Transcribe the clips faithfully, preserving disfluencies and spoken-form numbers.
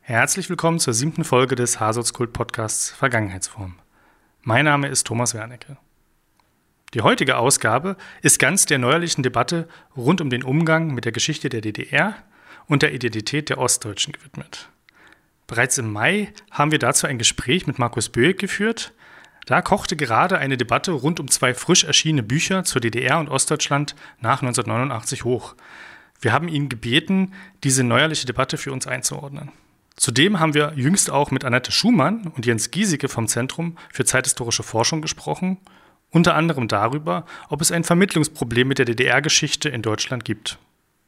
Herzlich willkommen zur siebten Folge des Hasotskult-Podcasts Vergangenheitsform. Mein Name ist Thomas Wernicke. Die heutige Ausgabe ist ganz der neuerlichen Debatte rund um den Umgang mit der Geschichte der D D R und der Identität der Ostdeutschen gewidmet. Bereits im Mai haben wir dazu ein Gespräch mit Markus Böeck geführt. Da kochte gerade eine Debatte rund um zwei frisch erschienene Bücher zur D D R und Ostdeutschland nach neunzehnhundertneunundachtzig hoch. Wir haben ihn gebeten, diese neuerliche Debatte für uns einzuordnen. Zudem haben wir jüngst auch mit Annette Schumann und Jens Giesecke vom Zentrum für zeithistorische Forschung gesprochen, unter anderem darüber, ob es ein Vermittlungsproblem mit der D D R-Geschichte in Deutschland gibt.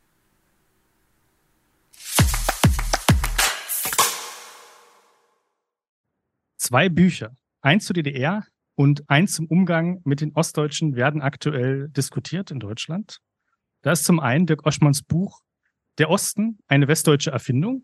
Zwei Bücher, eins zur D D R und eins zum Umgang mit den Ostdeutschen, werden aktuell diskutiert in Deutschland. Da ist zum einen Dirk Oschmanns Buch Der Osten, eine westdeutsche Erfindung,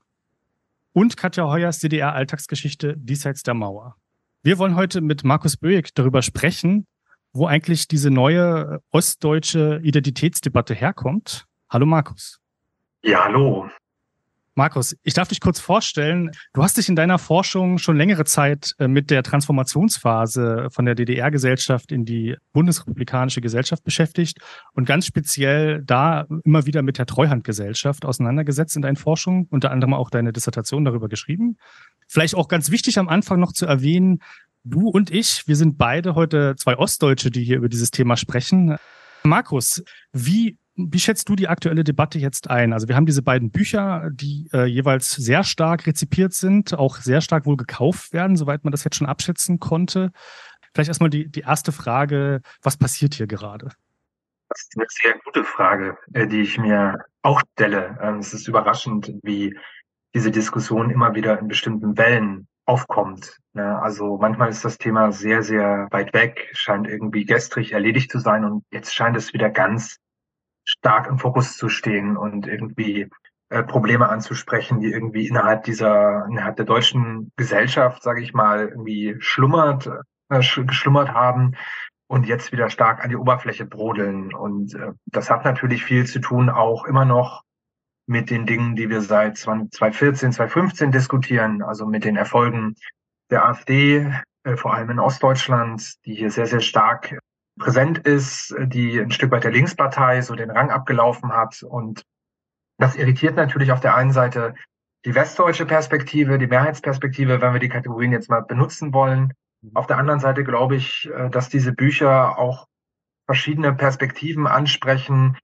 und Katja Heuers D D R-Alltagsgeschichte Diesseits der Mauer. Wir wollen heute mit Markus Böeck darüber sprechen, wo eigentlich diese neue ostdeutsche Identitätsdebatte herkommt. Hallo Markus. Ja, hallo. Markus, ich darf dich kurz vorstellen. Du hast dich in deiner Forschung schon längere Zeit mit der Transformationsphase von der D D R-Gesellschaft in die bundesrepublikanische Gesellschaft beschäftigt und ganz speziell da immer wieder mit der Treuhandgesellschaft auseinandergesetzt in deinen Forschungen, unter anderem auch deine Dissertation darüber geschrieben. Vielleicht auch ganz wichtig am Anfang noch zu erwähnen, du und ich, wir sind beide heute zwei Ostdeutsche, die hier über dieses Thema sprechen. Markus, wie Wie schätzt du die aktuelle Debatte jetzt ein? Also wir haben diese beiden Bücher, die äh, jeweils sehr stark rezipiert sind, auch sehr stark wohl gekauft werden, soweit man das jetzt schon abschätzen konnte. Vielleicht erstmal die, die erste Frage, was passiert hier gerade? Das ist eine sehr gute Frage, äh, die ich mir auch stelle. Ähm, es ist überraschend, wie diese Diskussion immer wieder in bestimmten Wellen aufkommt. Ne? Also manchmal ist das Thema sehr, sehr weit weg, scheint irgendwie gestrig erledigt zu sein und jetzt scheint es wieder ganz stark im Fokus zu stehen und irgendwie äh, Probleme anzusprechen, die irgendwie innerhalb dieser, innerhalb der deutschen Gesellschaft, sage ich mal, irgendwie schlummert, äh, sch- geschlummert haben und jetzt wieder stark an die Oberfläche brodeln. Und äh, das hat natürlich viel zu tun, auch immer noch mit den Dingen, die wir seit zweitausendvierzehn, zweitausendfünfzehn diskutieren, also mit den Erfolgen der AfD, äh, vor allem in Ostdeutschland, die hier sehr, sehr stark präsent ist, die ein Stück weit der Linkspartei so den Rang abgelaufen hat. Und das irritiert natürlich auf der einen Seite die westdeutsche Perspektive, die Mehrheitsperspektive, wenn wir die Kategorien jetzt mal benutzen wollen. Auf der anderen Seite glaube ich, dass diese Bücher auch verschiedene Perspektiven ansprechen,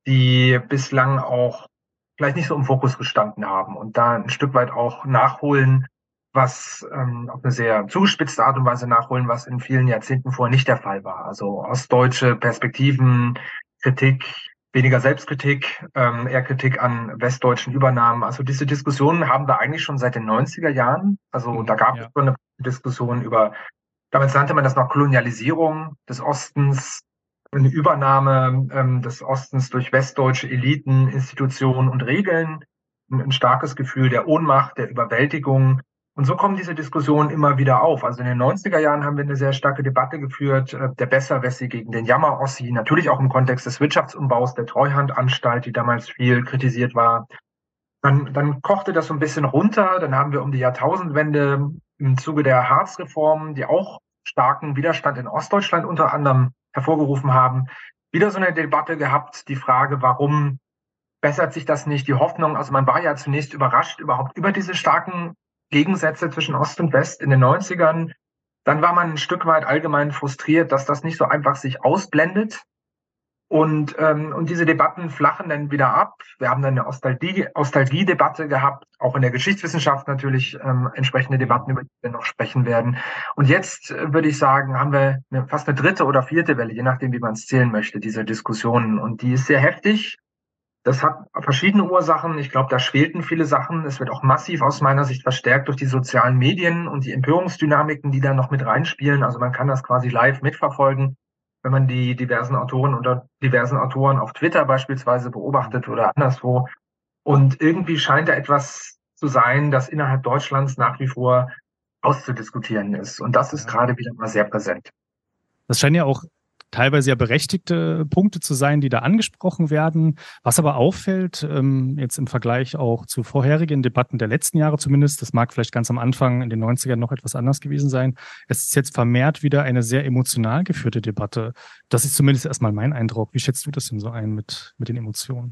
die bislang auch vielleicht nicht so im Fokus gestanden haben und da ein Stück weit auch nachholen, was ähm, auf eine sehr zugespitzte Art und Weise nachholen, was in vielen Jahrzehnten vorher nicht der Fall war. Also ostdeutsche Perspektiven, Kritik, weniger Selbstkritik, ähm, eher Kritik an westdeutschen Übernahmen. Also diese Diskussionen haben wir eigentlich schon seit den neunziger Jahren. Also Mhm, da gab ja. es schon eine Diskussion über, damals nannte man das noch Kolonialisierung des Ostens, eine Übernahme ähm, des Ostens durch westdeutsche Eliten, Institutionen und Regeln, ein, ein starkes Gefühl der Ohnmacht, der Überwältigung. Und so kommen diese Diskussionen immer wieder auf. Also in den neunziger Jahren haben wir eine sehr starke Debatte geführt, äh, der Besserwessi gegen den Jammer-Ossi, natürlich auch im Kontext des Wirtschaftsumbaus der Treuhandanstalt, die damals viel kritisiert war. Dann, dann kochte das so ein bisschen runter. Dann haben wir um die Jahrtausendwende im Zuge der Harzreform, die auch starken Widerstand in Ostdeutschland unter anderem hervorgerufen haben, wieder so eine Debatte gehabt, die Frage, warum bessert sich das nicht? Die Hoffnung, also man war ja zunächst überrascht überhaupt über diese starken Gegensätze zwischen Ost und West in den neunzigern. Dann war man ein Stück weit allgemein frustriert, dass das nicht so einfach sich ausblendet. Und, ähm, und diese Debatten flachen dann wieder ab. Wir haben dann eine Nostalgie, Nostalgie-Debatte gehabt, auch in der Geschichtswissenschaft natürlich ähm, entsprechende Debatten, über die wir noch sprechen werden. Und jetzt äh, würde ich sagen, haben wir eine, fast eine dritte oder vierte Welle, je nachdem, wie man es zählen möchte, dieser Diskussionen. Und die ist sehr heftig. Das hat verschiedene Ursachen. Ich glaube, da schwelten viele Sachen. Es wird auch massiv aus meiner Sicht verstärkt durch die sozialen Medien und die Empörungsdynamiken, die da noch mit reinspielen. Also man kann das quasi live mitverfolgen, wenn man die diversen Autoren oder diversen Autoren auf Twitter beispielsweise beobachtet oder anderswo. Und irgendwie scheint da etwas zu sein, das innerhalb Deutschlands nach wie vor auszudiskutieren ist. Und das ist Ja. gerade wieder mal sehr präsent. Das scheinen ja auch teilweise ja berechtigte Punkte zu sein, die da angesprochen werden. Was aber auffällt, ähm, jetzt im Vergleich auch zu vorherigen Debatten der letzten Jahre zumindest, das mag vielleicht ganz am Anfang in den neunzigern noch etwas anders gewesen sein, es ist jetzt vermehrt wieder eine sehr emotional geführte Debatte. Das ist zumindest erstmal mein Eindruck. Wie schätzt du das denn so ein mit, mit den Emotionen?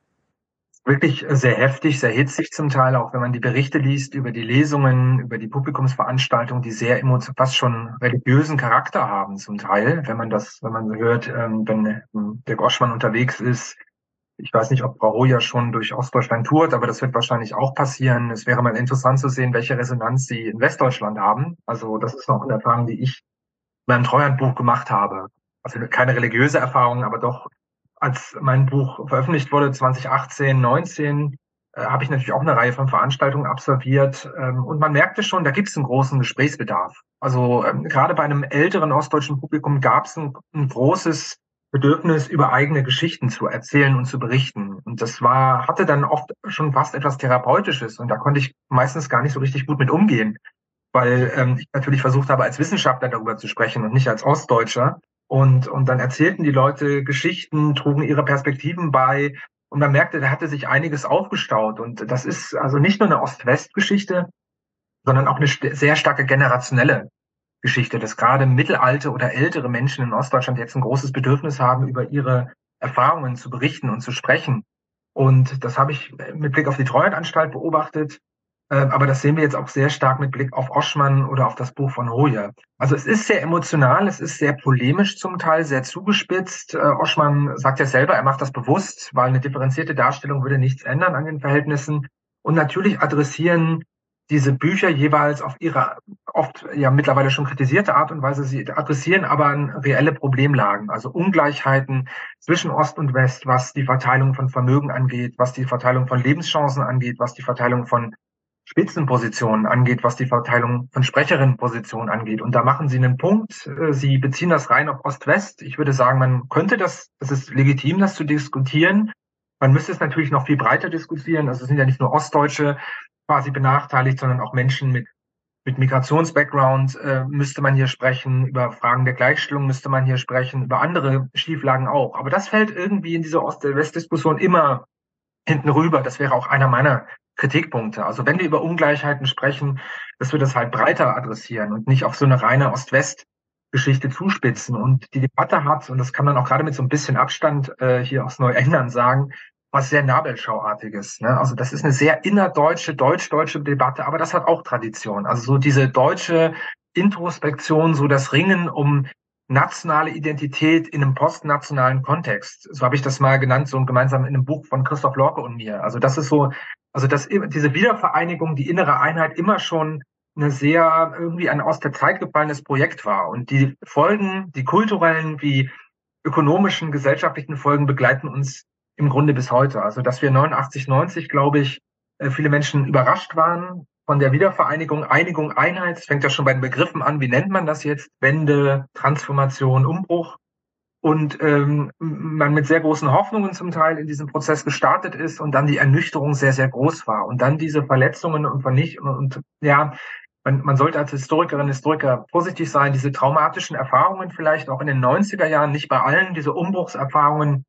Wirklich sehr heftig, sehr hitzig zum Teil, auch wenn man die Berichte liest über die Lesungen, über die Publikumsveranstaltungen, die sehr emotion, fast schon religiösen Charakter haben zum Teil, wenn man das, wenn man hört, ähm, wenn ähm, der Oschmann unterwegs ist. Ich weiß nicht, ob Frau Hoyer schon durch Ostdeutschland tourt, aber das wird wahrscheinlich auch passieren. Es wäre mal interessant zu sehen, welche Resonanz sie in Westdeutschland haben. Also das ist noch eine Erfahrung, die ich in meinem Treuhandbuch gemacht habe. Also keine religiöse Erfahrung, aber doch, als mein Buch veröffentlicht wurde, zwanzig achtzehn, neunzehn, äh, habe ich natürlich auch eine Reihe von Veranstaltungen absolviert. Ähm, und man merkte schon, da gibt es einen großen Gesprächsbedarf. Also ähm, gerade bei einem älteren ostdeutschen Publikum gab es ein, ein großes Bedürfnis, über eigene Geschichten zu erzählen und zu berichten. Und das war, hatte dann oft schon fast etwas Therapeutisches. Und da konnte ich meistens gar nicht so richtig gut mit umgehen, weil ähm, ich natürlich versucht habe, als Wissenschaftler darüber zu sprechen und nicht als Ostdeutscher. Und, und dann erzählten die Leute Geschichten, trugen ihre Perspektiven bei. Und man merkte, da hatte sich einiges aufgestaut. Und das ist also nicht nur eine Ost-West-Geschichte, sondern auch eine sehr starke generationelle Geschichte, dass gerade mittelalte oder ältere Menschen in Ostdeutschland jetzt ein großes Bedürfnis haben, über ihre Erfahrungen zu berichten und zu sprechen. Und das habe ich mit Blick auf die Treuhandanstalt beobachtet. Aber das sehen wir jetzt auch sehr stark mit Blick auf Oschmann oder auf das Buch von Hoyer. Also es ist sehr emotional, es ist sehr polemisch zum Teil, sehr zugespitzt. Oschmann sagt ja selber, er macht das bewusst, weil eine differenzierte Darstellung würde nichts ändern an den Verhältnissen. Und natürlich adressieren diese Bücher jeweils auf ihre oft ja mittlerweile schon kritisierte Art und Weise, sie adressieren aber reelle Problemlagen, also Ungleichheiten zwischen Ost und West, was die Verteilung von Vermögen angeht, was die Verteilung von Lebenschancen angeht, was die Verteilung von Spitzenpositionen angeht, was die Verteilung von Sprecherinnenpositionen angeht. Und da machen Sie einen Punkt. Sie beziehen das rein auf Ost-West. Ich würde sagen, man könnte das, es ist legitim, das zu diskutieren. Man müsste es natürlich noch viel breiter diskutieren. Also es sind ja nicht nur Ostdeutsche quasi benachteiligt, sondern auch Menschen mit, mit Migrations-Background äh, müsste man hier sprechen. Über Fragen der Gleichstellung müsste man hier sprechen. Über andere Schieflagen auch. Aber das fällt irgendwie in dieser Ost-West-Diskussion immer hinten rüber. Das wäre auch einer meiner Kritikpunkte. Also wenn wir über Ungleichheiten sprechen, dass wir das halt breiter adressieren und nicht auf so eine reine Ost-West-Geschichte zuspitzen. Und die Debatte hat, und das kann man auch gerade mit so ein bisschen Abstand äh, hier aus Neuengland sagen, was sehr Nabelschauartiges. Ne? Also das ist eine sehr innerdeutsche, deutsch-deutsche Debatte, aber das hat auch Tradition. Also so diese deutsche Introspektion, so das Ringen um nationale Identität in einem postnationalen Kontext. So habe ich das mal genannt, so gemeinsam in einem Buch von Christoph Lorke und mir. Also das ist so, also dass diese Wiedervereinigung, die innere Einheit immer schon eine sehr, irgendwie ein aus der Zeit gefallenes Projekt war. Und die Folgen, die kulturellen wie ökonomischen, gesellschaftlichen Folgen begleiten uns im Grunde bis heute. Also dass wir neunundachtzig, neunzig, glaube ich, viele Menschen überrascht waren von der Wiedervereinigung, Einigung, Einheit. Es fängt ja schon bei den Begriffen an. Wie nennt man das jetzt? Wende, Transformation, Umbruch. Und ähm, man mit sehr großen Hoffnungen zum Teil in diesem Prozess gestartet ist und dann die Ernüchterung sehr, sehr groß war. Und dann diese Verletzungen und Vernichtungen und, und ja, man, man sollte als Historikerin, Historiker positiv sein, diese traumatischen Erfahrungen vielleicht auch in den neunziger Jahren, nicht bei allen, diese Umbruchserfahrungen,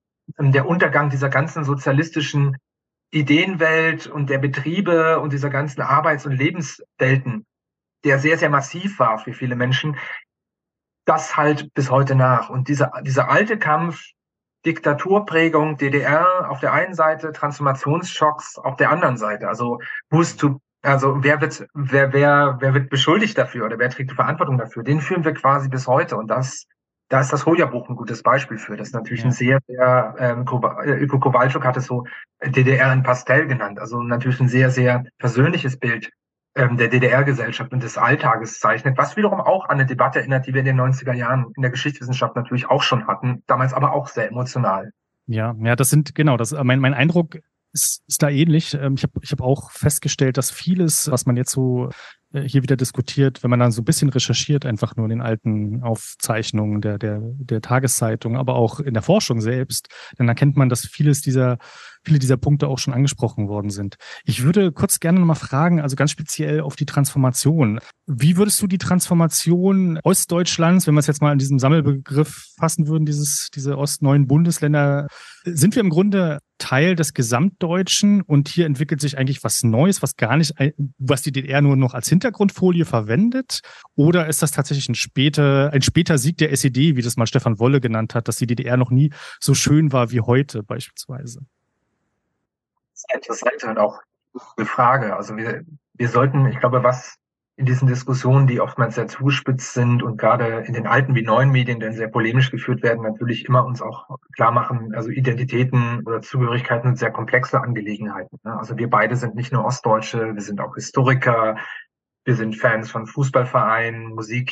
der Untergang dieser ganzen sozialistischen Ideenwelt und der Betriebe und dieser ganzen Arbeits- und Lebenswelten, der sehr, sehr massiv war für viele Menschen, das halt bis heute nach. Und dieser, dieser alte Kampf, Diktaturprägung, D D R auf der einen Seite, Transformationsschocks auf der anderen Seite. Also, who's to, also wer wird, wer, wer, wer wird beschuldigt dafür oder wer trägt die Verantwortung dafür? Den führen wir quasi bis heute. Und das, da ist das Hoyer-Buch ein gutes Beispiel für. Das ist natürlich ja. ein sehr, sehr, ähm, Ilko Kowalczuk hat es so D D R in Pastell genannt. Also natürlich ein sehr, sehr persönliches Bild ähm, der D D R-Gesellschaft und des Alltages zeichnet, was wiederum auch an eine Debatte erinnert, die wir in den neunziger Jahren in der Geschichtswissenschaft natürlich auch schon hatten, damals aber auch sehr emotional. Ja, ja, das sind, genau, das, mein, mein Eindruck ist, ist da ähnlich. Ich habe ich hab auch festgestellt, dass vieles, was man jetzt so hier wieder diskutiert, wenn man dann so ein bisschen recherchiert, einfach nur in den alten Aufzeichnungen der, der, der Tageszeitung, aber auch in der Forschung selbst, dann erkennt man, dass vieles dieser, viele dieser Punkte auch schon angesprochen worden sind. Ich würde kurz gerne nochmal fragen, also ganz speziell auf die Transformation. Wie würdest du die Transformation Ostdeutschlands, wenn wir es jetzt mal in diesem Sammelbegriff fassen würden, dieses, diese ostneuen Bundesländer, sind wir im Grunde Teil des Gesamtdeutschen und hier entwickelt sich eigentlich was Neues, was gar nicht, was die D D R nur noch als Hintergrundfolie verwendet? Oder ist das tatsächlich ein später, ein später Sieg der S E D, wie das mal Stefan Wolle genannt hat, dass die D D R noch nie so schön war wie heute beispielsweise? Sehr interessant und auch eine Frage. Also wir, wir sollten, ich glaube, was in diesen Diskussionen, die oftmals sehr zugespitzt sind und gerade in den alten wie neuen Medien dann sehr polemisch geführt werden, natürlich immer uns auch klar machen, also Identitäten oder Zugehörigkeiten sind sehr komplexe Angelegenheiten. Also wir beide sind nicht nur Ostdeutsche, wir sind auch Historiker, wir sind Fans von Fußballvereinen,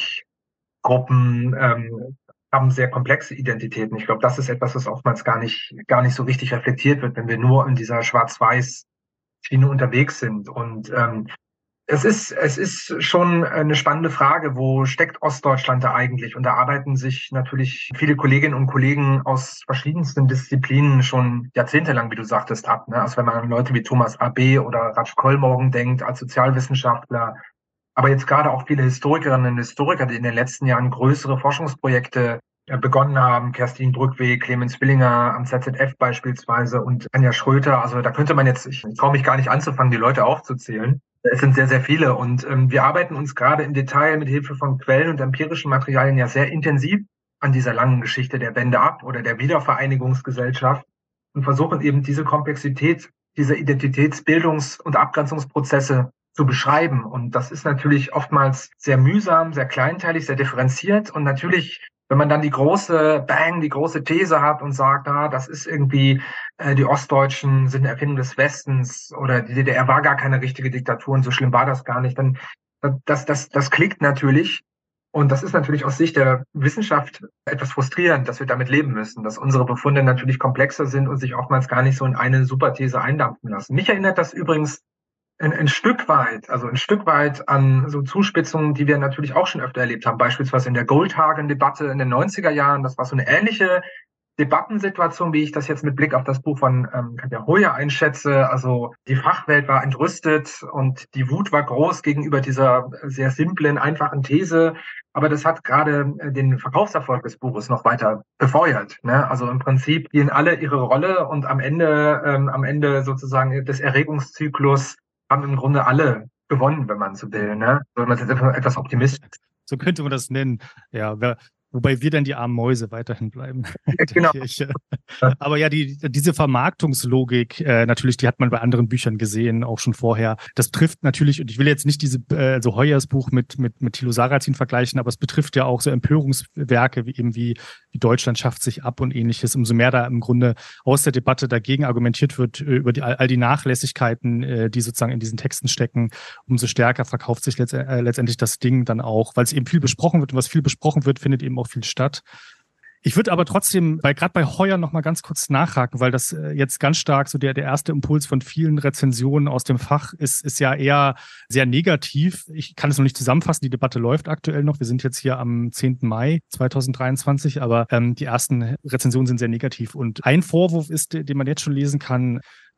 Musikgruppen, ähm, haben sehr komplexe Identitäten. Ich glaube, das ist etwas, was oftmals gar nicht, gar nicht so richtig reflektiert wird, wenn wir nur in dieser Schwarz-Weiß-Schiene unterwegs sind. Und ähm, es ist, es ist schon eine spannende Frage, wo steckt Ostdeutschland da eigentlich? Und da arbeiten sich natürlich viele Kolleginnen und Kollegen aus verschiedensten Disziplinen schon jahrzehntelang, wie du sagtest, ab. Ne? Also wenn man an Leute wie Thomas Abbe oder Ratsch Kollmorgen denkt, als Sozialwissenschaftler, aber jetzt gerade auch viele Historikerinnen und Historiker, die in den letzten Jahren größere Forschungsprojekte begonnen haben, Kerstin Brückweg, Clemens Willinger am Z Z F beispielsweise und Anja Schröter. Also da könnte man jetzt, ich traue mich gar nicht anzufangen, die Leute aufzuzählen. Es sind sehr, sehr viele und ähm, wir arbeiten uns gerade im Detail mit Hilfe von Quellen und empirischen Materialien ja sehr intensiv an dieser langen Geschichte der Wende ab oder der Wiedervereinigungsgesellschaft und versuchen eben diese Komplexität dieser Identitätsbildungs- und Abgrenzungsprozesse zu beschreiben. Und das ist natürlich oftmals sehr mühsam, sehr kleinteilig, sehr differenziert und natürlich, wenn man dann die große Bang, die große These hat und sagt, ah, das ist irgendwie, äh, die Ostdeutschen sind eine Erfindung des Westens oder die D D R war gar keine richtige Diktatur und so schlimm war das gar nicht, dann das, das, das klickt natürlich. Und das ist natürlich aus Sicht der Wissenschaft etwas frustrierend, dass wir damit leben müssen, dass unsere Befunde natürlich komplexer sind und sich oftmals gar nicht so in eine Superthese eindampfen lassen. Mich erinnert das übrigens Ein, ein Stück weit, also ein Stück weit an so Zuspitzungen, die wir natürlich auch schon öfter erlebt haben, beispielsweise in der Goldhagen-Debatte in den neunziger Jahren. Das war so eine ähnliche Debattensituation, wie ich das jetzt mit Blick auf das Buch von ähm, Katja Hoyer einschätze. Also die Fachwelt war entrüstet und die Wut war groß gegenüber dieser sehr simplen, einfachen These. Aber das hat gerade den Verkaufserfolg des Buches noch weiter befeuert. Ne? Also im Prinzip spielen alle ihre Rolle und am Ende, ähm, am Ende sozusagen des Erregungszyklus haben im Grunde alle gewonnen, wenn man so will, ne? Wenn man jetzt etwas optimistisch. So könnte man das nennen. Ja, wer, wobei wir dann die armen Mäuse weiterhin bleiben in der Genau. Kirche. Aber ja, die, diese Vermarktungslogik, äh, natürlich, die hat man bei anderen Büchern gesehen, auch schon vorher. Das trifft natürlich, und ich will jetzt nicht diese, äh, so Hoyers Buch mit, mit, mit Thilo Sarrazin vergleichen, aber es betrifft ja auch so Empörungswerke, wie eben wie, wie Deutschland schafft sich ab und ähnliches. Umso mehr da im Grunde aus der Debatte dagegen argumentiert wird, äh, über die, all die Nachlässigkeiten, äh, die sozusagen in diesen Texten stecken, umso stärker verkauft sich letzt, äh, letztendlich das Ding dann auch, weil es eben viel besprochen wird und was viel besprochen wird, findet eben auch viel statt. Ich würde aber trotzdem, weil gerade bei Hoyer noch mal ganz kurz nachhaken, weil das äh, jetzt ganz stark so der der erste Impuls von vielen Rezensionen aus dem Fach ist, ist ja eher sehr negativ. Ich kann es noch nicht zusammenfassen, die Debatte läuft aktuell noch. Wir sind jetzt hier am zehnten Mai zweitausenddreiundzwanzig, aber ähm, die ersten Rezensionen sind sehr negativ. Und ein Vorwurf ist, den man jetzt schon lesen kann,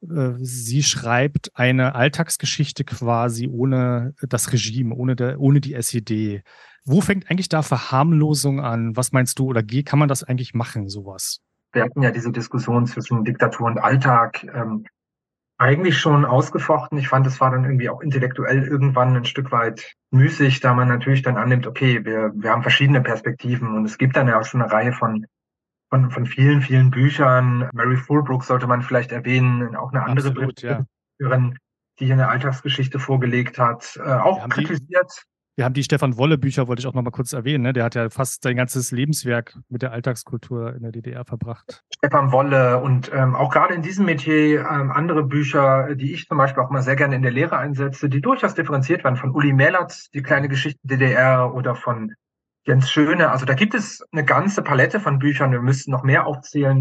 sie schreibt eine Alltagsgeschichte quasi ohne das Regime, ohne, der, ohne die S E D. Wo fängt eigentlich da Verharmlosung an? Was meinst du? Oder kann man das eigentlich machen, sowas? Wir hatten ja diese Diskussion zwischen Diktatur und Alltag ähm, eigentlich schon ausgefochten. Ich fand, es war dann irgendwie auch intellektuell irgendwann ein Stück weit müßig, da man natürlich dann annimmt, okay, wir, wir haben verschiedene Perspektiven und es gibt dann ja auch schon eine Reihe von Von, von vielen, vielen Büchern. Mary Fulbrook sollte man vielleicht erwähnen, auch eine andere Absolut, ja. Bücherin, die hier eine Alltagsgeschichte vorgelegt hat, äh, auch kritisiert. Die, wir haben die Stefan Wolle Bücher, wollte ich auch noch mal kurz erwähnen. Ne? Der hat ja fast sein ganzes Lebenswerk mit der Alltagskultur in der D D R verbracht. Stefan Wolle und ähm, auch gerade in diesem Metier ähm, andere Bücher, die ich zum Beispiel auch mal sehr gerne in der Lehre einsetze, die durchaus differenziert werden, von Uli Mählert, die kleine Geschichte D D R, oder von Jens Schöne. Also da gibt es eine ganze Palette von Büchern, wir müssten noch mehr aufzählen,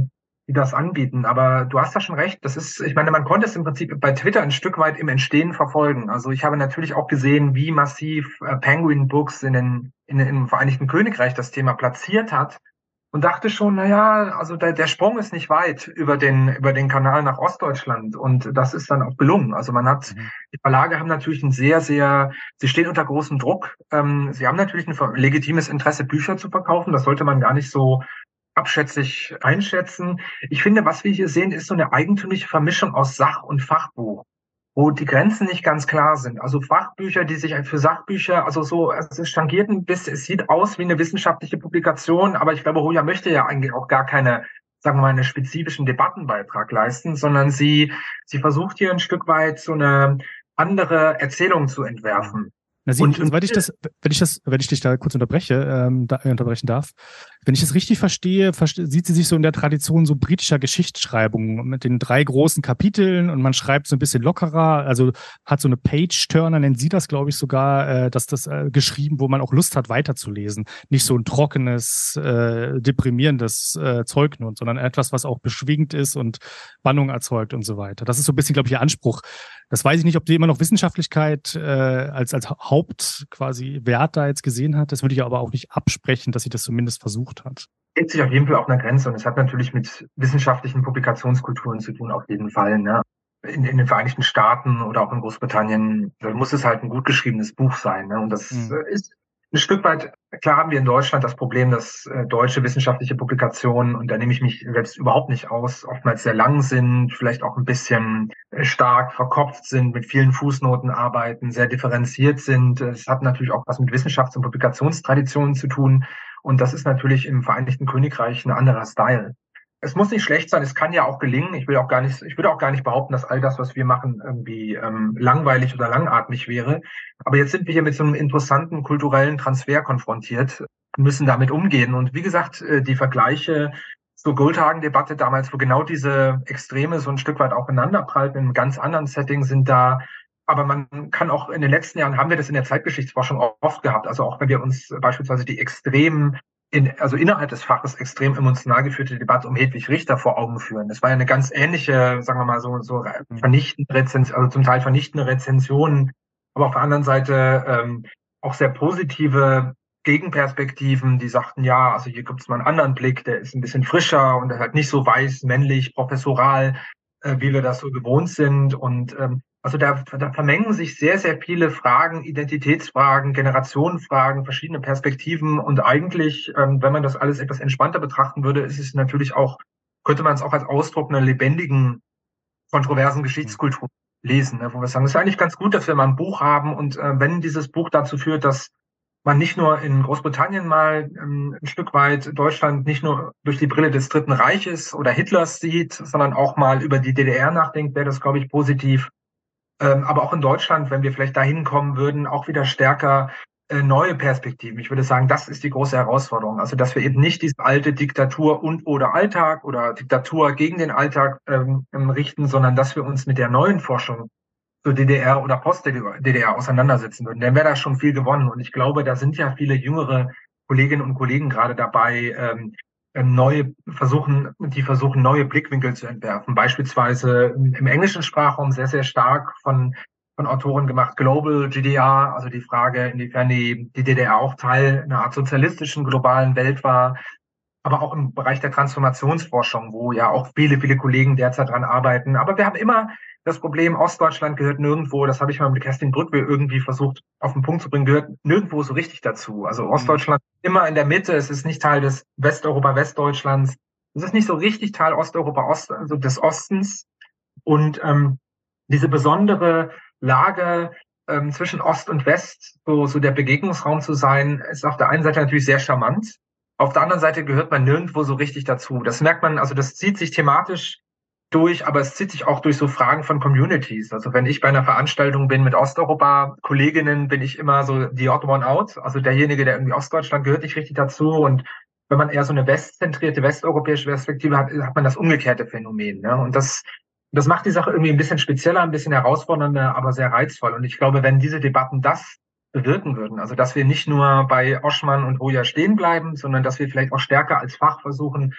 die das anbieten. Aber du hast da schon recht. Das ist, ich meine, man konnte es im Prinzip bei Twitter ein Stück weit im Entstehen verfolgen. Also ich habe natürlich auch gesehen, wie massiv äh, Penguin Books in den, in, im Vereinigten Königreich das Thema platziert hat. Und dachte schon, na ja, also der, der Sprung ist nicht weit über den, über den Kanal nach Ostdeutschland. Und das ist dann auch gelungen. Also man hat, Mhm. die Verlage haben natürlich ein sehr, sehr, sie stehen unter großem Druck. Ähm, sie haben natürlich ein legitimes Interesse, Bücher zu verkaufen. Das sollte man gar nicht so abschätzig einschätzen. Ich finde, was wir hier sehen, ist so eine eigentümliche Vermischung aus Sach- und Fachbuch, wo die Grenzen nicht ganz klar sind. Also Fachbücher, die sich für Sachbücher, also so, also es tangiert ein bisschen, es sieht aus wie eine wissenschaftliche Publikation, aber ich glaube, Hoja möchte ja eigentlich auch gar keine, sagen wir mal, einen spezifischen Debattenbeitrag leisten, sondern sie, sie versucht hier ein Stück weit so eine andere Erzählung zu entwerfen. Na, sie, Und, und soweit ich das, wenn ich das, wenn ich dich da kurz unterbreche, ähm, da, unterbrechen darf, wenn ich das richtig verstehe, verste, sieht sie sich so in der Tradition so britischer Geschichtsschreibung mit den drei großen Kapiteln und man schreibt so ein bisschen lockerer, also hat so eine Page-Turner, nennen sie das, glaube ich, sogar, äh, dass das äh, geschrieben, wo man auch Lust hat, weiterzulesen. Nicht so ein trockenes, äh, deprimierendes äh, Zeug nur, sondern etwas, was auch beschwingt ist und Spannung erzeugt und so weiter. Das ist so ein bisschen, glaube ich, ihr Anspruch. Das weiß ich nicht, ob sie immer noch Wissenschaftlichkeit äh, als, als Haupt quasi Wert da jetzt gesehen hat. Das würde ich aber auch nicht absprechen, dass sie das zumindest versucht hat. hält sich auf jeden Fall auf einer Grenze und es hat natürlich mit wissenschaftlichen Publikationskulturen zu tun, auf jeden Fall. Ne? In, in den Vereinigten Staaten oder auch in Großbritannien, da muss es halt ein gut geschriebenes Buch sein. Ne? Und das Mhm. ist ein Stück weit, klar haben wir in Deutschland das Problem, dass äh, deutsche wissenschaftliche Publikationen, und da nehme ich mich selbst überhaupt nicht aus, oftmals sehr lang sind, vielleicht auch ein bisschen äh, stark verkopft sind, mit vielen Fußnoten arbeiten, sehr differenziert sind. Es hat natürlich auch was mit Wissenschafts- und Publikationstraditionen zu tun. Und das ist natürlich im Vereinigten Königreich ein anderer Style. Es muss nicht schlecht sein, es kann ja auch gelingen. Ich will auch gar nicht, ich würde auch gar nicht behaupten, dass all das, was wir machen, irgendwie ähm, langweilig oder langatmig wäre. Aber jetzt sind wir hier mit so einem interessanten kulturellen Transfer konfrontiert, müssen damit umgehen. Und wie gesagt, äh, die Vergleiche zur Goldhagen-Debatte damals, wo genau diese Extreme so ein Stück weit aufeinanderprallten, in einem ganz anderen Setting sind da. Aber man kann auch in den letzten Jahren, haben wir das in der Zeitgeschichtsforschung oft gehabt. Also auch wenn wir uns beispielsweise die extremen, in, also innerhalb des Faches extrem emotional geführte Debatte um Hedwig Richter vor Augen führen. Das war ja eine ganz ähnliche, sagen wir mal so, so vernichtende Rezension, also zum Teil vernichtende Rezensionen, aber auf der anderen Seite ähm, auch sehr positive Gegenperspektiven, die sagten, ja, also hier gibt es mal einen anderen Blick, der ist ein bisschen frischer und der halt nicht so weiß, männlich, professoral, äh, wie wir das so gewohnt sind. Und ähm, also da, da vermengen sich sehr, sehr viele Fragen, Identitätsfragen, Generationenfragen, verschiedene Perspektiven. Und eigentlich, ähm, wenn man das alles etwas entspannter betrachten würde, ist es natürlich auch, könnte man es auch als Ausdruck einer lebendigen, kontroversen Geschichtskultur lesen, ne, wo wir sagen, es ist eigentlich ganz gut, dass wir mal ein Buch haben. Und äh, wenn dieses Buch dazu führt, dass man nicht nur in Großbritannien mal ähm, ein Stück weit Deutschland nicht nur durch die Brille des Dritten Reiches oder Hitlers sieht, sondern auch mal über die D D R nachdenkt, wäre das, glaube ich, positiv. Ähm, aber auch in Deutschland, wenn wir vielleicht dahin kommen würden, auch wieder stärker äh, neue Perspektiven. Ich würde sagen, das ist die große Herausforderung. Also, dass wir eben nicht diese alte Diktatur und oder Alltag oder Diktatur gegen den Alltag ähm, richten, sondern dass wir uns mit der neuen Forschung zur D D R oder Post-D D R auseinandersetzen würden. Dann wäre da schon viel gewonnen. Und ich glaube, da sind ja viele jüngere Kolleginnen und Kollegen gerade dabei, ähm, neue versuchen, die versuchen, neue Blickwinkel zu entwerfen. Beispielsweise im englischen Sprachraum sehr, sehr stark von, von Autoren gemacht, Global G D R, also die Frage, inwiefern die, die D D R auch Teil einer Art sozialistischen globalen Welt war, aber auch im Bereich der Transformationsforschung, wo ja auch viele, viele Kollegen derzeit dran arbeiten. Aber wir haben immer das Problem, Ostdeutschland gehört nirgendwo, das habe ich mal mit Kerstin Brückwe irgendwie versucht auf den Punkt zu bringen, gehört nirgendwo so richtig dazu. Also Ostdeutschland immer in der Mitte, es ist nicht Teil des Westeuropa-Westdeutschlands, es ist nicht so richtig Teil Osteuropa-Ost, also des Ostens. Und ähm, diese besondere Lage ähm, zwischen Ost und West, so, so der Begegnungsraum zu sein, ist auf der einen Seite natürlich sehr charmant. Auf der anderen Seite gehört man nirgendwo so richtig dazu. Das merkt man, also das zieht sich thematisch durch, aber es zieht sich auch durch so Fragen von Communities. Also wenn ich bei einer Veranstaltung bin mit Osteuropa-Kolleginnen, bin ich immer so die odd one out, also derjenige, der irgendwie Ostdeutschland gehört nicht richtig dazu. Und wenn man eher so eine westzentrierte, westeuropäische Perspektive hat, hat man das umgekehrte Phänomen. Ne? Und das, das macht die Sache irgendwie ein bisschen spezieller, ein bisschen herausfordernder, aber sehr reizvoll. Und ich glaube, wenn diese Debatten das bewirken würden, also dass wir nicht nur bei Oschmann und Hoja stehen bleiben, sondern dass wir vielleicht auch stärker als Fach versuchen,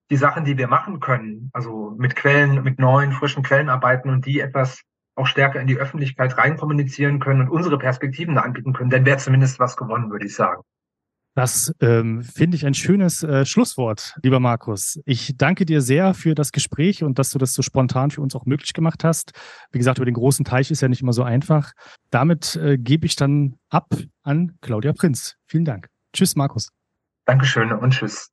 die Sachen, die wir machen können, also mit Quellen, mit neuen, frischen Quellen arbeiten und die etwas auch stärker in die Öffentlichkeit reinkommunizieren können und unsere Perspektiven da anbieten können, dann wäre zumindest was gewonnen, würde ich sagen. Das ähm, finde ich ein schönes äh, Schlusswort, lieber Markus. Ich danke dir sehr für das Gespräch und dass du das so spontan für uns auch möglich gemacht hast. Wie gesagt, über den großen Teich ist ja nicht immer so einfach. Damit äh, gebe ich dann ab an Claudia Prinz. Vielen Dank. Tschüss, Markus. Dankeschön und tschüss.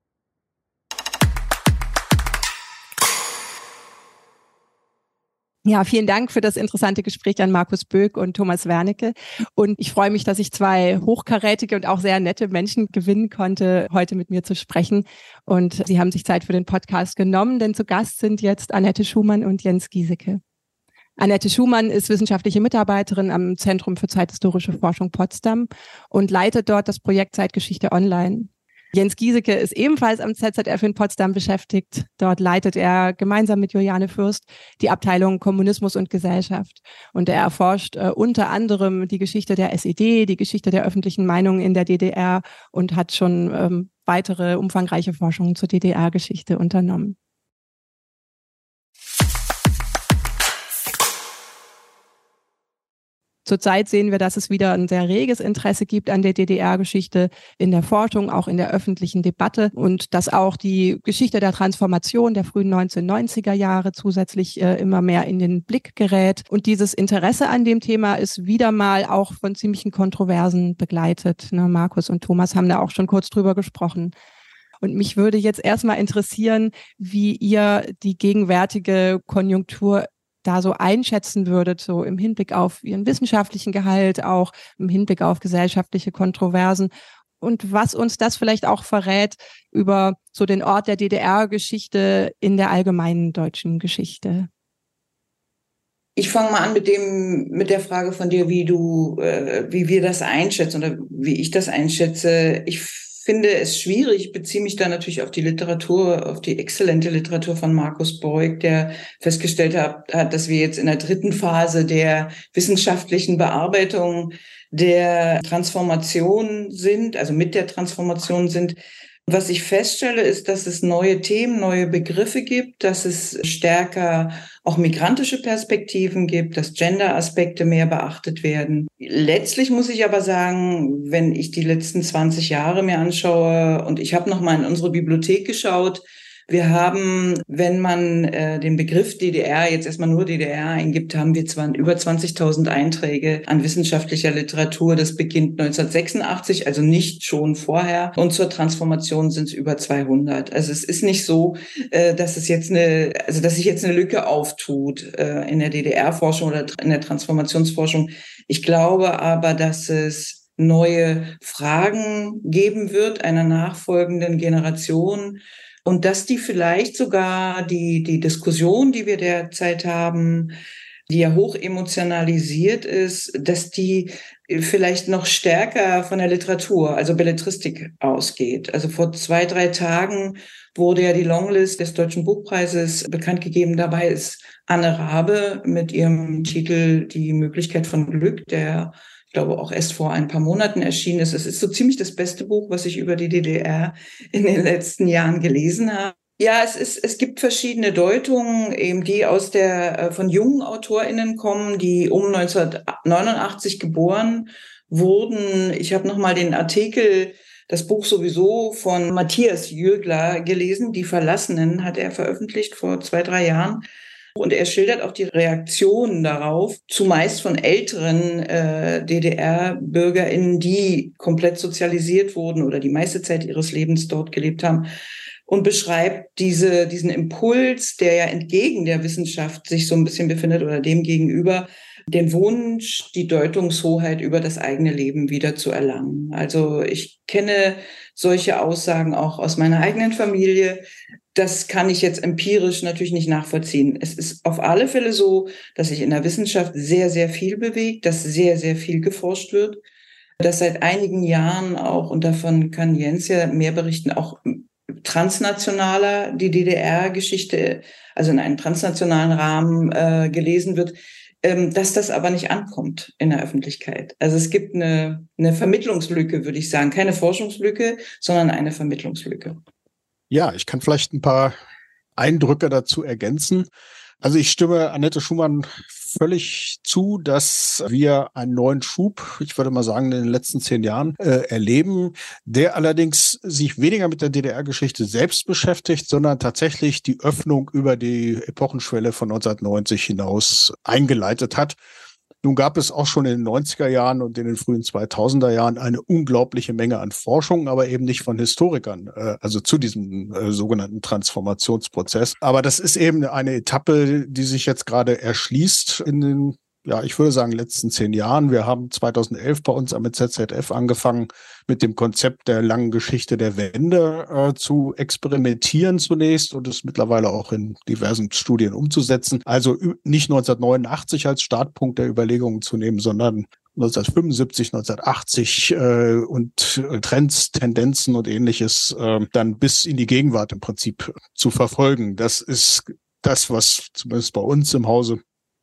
Ja, vielen Dank für das interessante Gespräch an Markus Böck und Thomas Wernicke. Und ich freue mich, dass ich zwei hochkarätige und auch sehr nette Menschen gewinnen konnte, heute mit mir zu sprechen. Und sie haben sich Zeit für den Podcast genommen, denn zu Gast sind jetzt Annette Schumann und Jens Giesecke. Annette Schumann ist wissenschaftliche Mitarbeiterin am Zentrum für zeithistorische Forschung Potsdam und leitet dort das Projekt Zeitgeschichte Online. Jens Giesecke ist ebenfalls am Z Z F in Potsdam beschäftigt. Dort leitet er gemeinsam mit Juliane Fürst die Abteilung Kommunismus und Gesellschaft. Und er erforscht äh, unter anderem die Geschichte der S E D, die Geschichte der öffentlichen Meinung in der D D R und hat schon ähm, weitere umfangreiche Forschungen zur D D R-Geschichte unternommen. Zurzeit sehen wir, dass es wieder ein sehr reges Interesse gibt an der D D R-Geschichte in der Forschung, auch in der öffentlichen Debatte und dass auch die Geschichte der Transformation der frühen neunzehnhundertneunziger Jahre zusätzlich äh, immer mehr in den Blick gerät. Und dieses Interesse an dem Thema ist wieder mal auch von ziemlichen Kontroversen begleitet. Ne, Markus und Thomas haben da auch schon kurz drüber gesprochen. Und mich würde jetzt erstmal interessieren, wie ihr die gegenwärtige Konjunktur da so einschätzen würdet, so im Hinblick auf ihren wissenschaftlichen Gehalt, auch im Hinblick auf gesellschaftliche Kontroversen und was uns das vielleicht auch verrät über so den Ort der D D R-Geschichte in der allgemeinen deutschen Geschichte. Ich fange mal an mit dem, mit der Frage von dir, wie du, äh, wie wir das einschätzen oder wie ich das einschätze. Ich finde es schwierig, ich beziehe mich da natürlich auf die Literatur, auf die exzellente Literatur von Markus Beuck, der festgestellt hat, hat, dass wir jetzt in der dritten Phase der wissenschaftlichen Bearbeitung der Transformation sind, also mit der Transformation sind. Was ich feststelle, ist, dass es neue Themen, neue Begriffe gibt, dass es stärker auch migrantische Perspektiven gibt, dass Gender-Aspekte mehr beachtet werden. Letztlich muss ich aber sagen, wenn ich die letzten zwanzig Jahre mir anschaue und ich habe noch mal in unsere Bibliothek geschaut, wir haben, wenn man äh, den Begriff D D R, jetzt erstmal nur D D R eingibt, haben wir zwar über zwanzigtausend Einträge an wissenschaftlicher Literatur. Das beginnt neunzehnhundertsechsundachtzig, also nicht schon vorher. Und zur Transformation sind es über zweihundert. Also es ist nicht so, äh, dass es jetzt eine, also dass sich jetzt eine Lücke auftut äh, in der D D R-Forschung oder in der Transformationsforschung. Ich glaube aber, dass es neue Fragen geben wird einer nachfolgenden Generation. Und dass die vielleicht sogar die, die Diskussion, die wir derzeit haben, die ja hoch emotionalisiert ist, dass die vielleicht noch stärker von der Literatur, also Belletristik ausgeht. Also vor zwei, drei Tagen wurde ja die Longlist des Deutschen Buchpreises bekannt gegeben. Dabei ist Anne Rabe mit ihrem Titel Die Möglichkeit von Glück, der ich glaube, auch erst vor ein paar Monaten erschienen ist. Es ist so ziemlich das beste Buch, was ich über die D D R in den letzten Jahren gelesen habe. Ja, es ist, es gibt verschiedene Deutungen, eben die aus der, von jungen AutorInnen kommen, die um neunzehnhundertneunundachtzig geboren wurden. Ich habe nochmal den Artikel, das Buch sowieso von Matthias Jögler gelesen. Die Verlassenen hat er veröffentlicht vor zwei, drei Jahren. Und er schildert auch die Reaktionen darauf, zumeist von älteren äh, D D R-BürgerInnen, die komplett sozialisiert wurden oder die meiste Zeit ihres Lebens dort gelebt haben, und beschreibt diese, diesen Impuls, der ja entgegen der Wissenschaft sich so ein bisschen befindet oder dem gegenüber, den Wunsch, die Deutungshoheit über das eigene Leben wieder zu erlangen. Also ich kenne solche Aussagen auch aus meiner eigenen Familie. Das kann ich jetzt empirisch natürlich nicht nachvollziehen. Es ist auf alle Fälle so, dass sich in der Wissenschaft sehr, sehr viel bewegt, dass sehr, sehr viel geforscht wird, dass seit einigen Jahren auch, und davon kann Jens ja mehr berichten, auch transnationaler die D D R-Geschichte, also in einem transnationalen Rahmen äh, gelesen wird, ähm, dass das aber nicht ankommt in der Öffentlichkeit. Also es gibt eine, eine Vermittlungslücke, würde ich sagen. Keine Forschungslücke, sondern eine Vermittlungslücke. Ja, ich kann vielleicht ein paar Eindrücke dazu ergänzen. Also ich stimme Annette Schumann völlig zu, dass wir einen neuen Schub, ich würde mal sagen, in den letzten zehn Jahren äh, erleben, der allerdings sich weniger mit der D D R-Geschichte selbst beschäftigt, sondern tatsächlich die Öffnung über die Epochenschwelle von neunzehnhundertneunzig hinaus eingeleitet hat. Nun gab es auch schon in den neunziger Jahren und in den frühen zweitausender Jahren eine unglaubliche Menge an Forschung, aber eben nicht von Historikern, äh, also zu diesem äh, sogenannten Transformationsprozess. Aber das ist eben eine Etappe, die sich jetzt gerade erschließt in den, ja, ich würde sagen, letzten zehn Jahren. Wir haben zweitausendelf bei uns am Z Z F angefangen, mit dem Konzept der langen Geschichte der Wende äh, zu experimentieren zunächst und es mittlerweile auch in diversen Studien umzusetzen. Also nicht neunzehnhundertneunundachtzig als Startpunkt der Überlegungen zu nehmen, sondern neunzehnhundertfünfundsiebzig, neunzehnhundertachtzig äh, und äh, Trends, Tendenzen und Ähnliches äh, dann bis in die Gegenwart im Prinzip zu verfolgen. Das ist das, was zumindest bei uns im Hause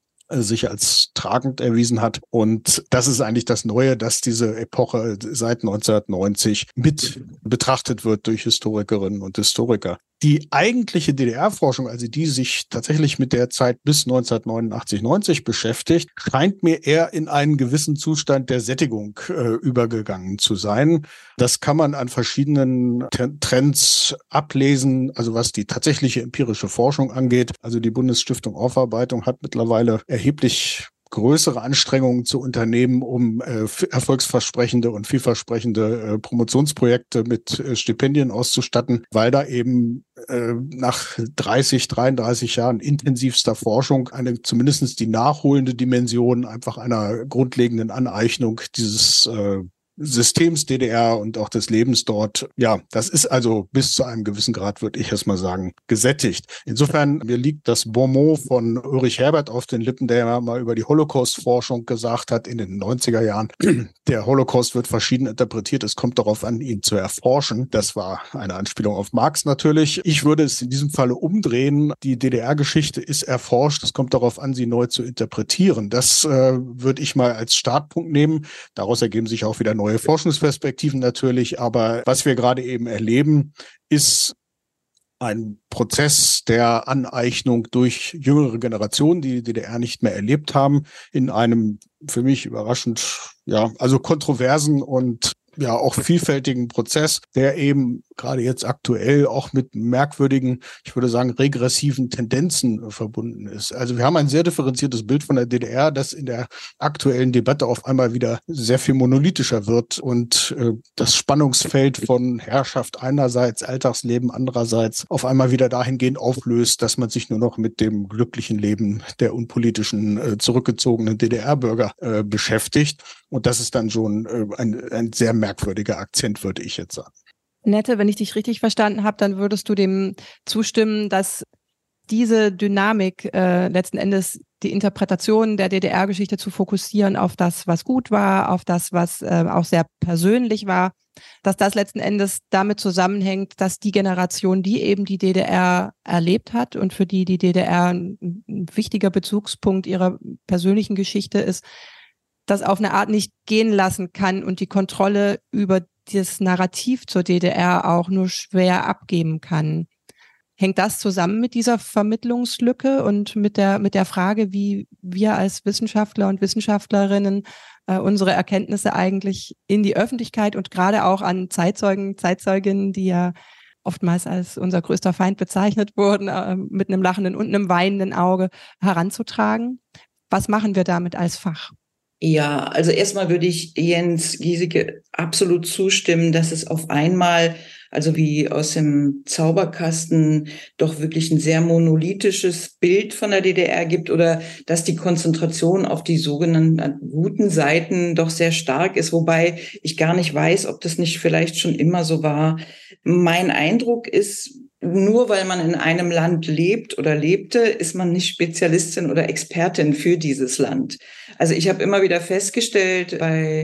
sich als tragend erwiesen hat. Und das ist eigentlich das Neue, dass diese Epoche seit neunzehnhundertneunzig mit betrachtet wird durch Historikerinnen und Historiker. Die eigentliche D D R-Forschung, also die sich tatsächlich mit der Zeit bis neunzehnhundertneunundachtzig, neunzig beschäftigt, scheint mir eher in einen gewissen Zustand der Sättigung äh, übergegangen zu sein. Das kann man an verschiedenen T- Trends ablesen, also was die tatsächliche empirische Forschung angeht. Also die Bundesstiftung Aufarbeitung hat mittlerweile erheblich größere Anstrengungen zu unternehmen, um äh, erfolgsversprechende und vielversprechende äh, Promotionsprojekte mit äh, Stipendien auszustatten, weil da eben äh, nach dreißig, dreiunddreißig Jahren intensivster Forschung eine zumindest die nachholende Dimension einfach einer grundlegenden Aneignung dieses äh, Systems D D R und auch des Lebens dort, ja, das ist also bis zu einem gewissen Grad, würde ich erst mal sagen, gesättigt. Insofern, mir liegt das Bonmot von Ulrich Herbert auf den Lippen, der mal über die Holocaust-Forschung gesagt hat in den neunziger Jahren. Der Holocaust wird verschieden interpretiert, es kommt darauf an, ihn zu erforschen. Das war eine Anspielung auf Marx natürlich. Ich würde es in diesem Falle umdrehen. Die D D R-Geschichte ist erforscht, es kommt darauf an, sie neu zu interpretieren. Das äh, würde ich mal als Startpunkt nehmen. Daraus ergeben sich auch wieder neue Forschungsperspektiven natürlich, aber was wir gerade eben erleben, ist ein Prozess der Aneignung durch jüngere Generationen, die die D D R nicht mehr erlebt haben, in einem für mich überraschend, ja, also kontroversen und ja auch vielfältigen Prozess, der eben gerade jetzt aktuell auch mit merkwürdigen, ich würde sagen, regressiven Tendenzen äh, verbunden ist. Also wir haben ein sehr differenziertes Bild von der D D R, das in der aktuellen Debatte auf einmal wieder sehr viel monolithischer wird und äh, das Spannungsfeld von Herrschaft einerseits, Alltagsleben andererseits auf einmal wieder dahingehend auflöst, dass man sich nur noch mit dem glücklichen Leben der unpolitischen, äh, zurückgezogenen D D R-Bürger äh, beschäftigt. Und das ist dann schon äh, ein, ein sehr merkwürdiger Akzent, würde ich jetzt sagen. Nette, wenn ich dich richtig verstanden habe, dann würdest du dem zustimmen, dass diese Dynamik äh, letzten Endes die Interpretation der D D R-Geschichte zu fokussieren auf das, was gut war, auf das, was äh, auch sehr persönlich war, dass das letzten Endes damit zusammenhängt, dass die Generation, die eben die D D R erlebt hat und für die die D D R ein, ein wichtiger Bezugspunkt ihrer persönlichen Geschichte ist, das auf eine Art nicht gehen lassen kann und die Kontrolle über das Narrativ zur D D R auch nur schwer abgeben kann. Hängt das zusammen mit dieser Vermittlungslücke und mit der mit der Frage, wie wir als Wissenschaftler und Wissenschaftlerinnen äh, unsere Erkenntnisse eigentlich in die Öffentlichkeit und gerade auch an Zeitzeugen, Zeitzeuginnen, die ja oftmals als unser größter Feind bezeichnet wurden, äh, mit einem lachenden und einem weinenden Auge heranzutragen? Was machen wir damit als Fach? Ja, also erstmal würde ich Jens Giesecke absolut zustimmen, dass es auf einmal, also wie aus dem Zauberkasten, doch wirklich ein sehr monolithisches Bild von der D D R gibt oder dass die Konzentration auf die sogenannten guten Seiten doch sehr stark ist, wobei ich gar nicht weiß, ob das nicht vielleicht schon immer so war. Mein Eindruck ist, nur weil man in einem Land lebt oder lebte, ist man nicht Spezialistin oder Expertin für dieses Land. Also ich habe immer wieder festgestellt bei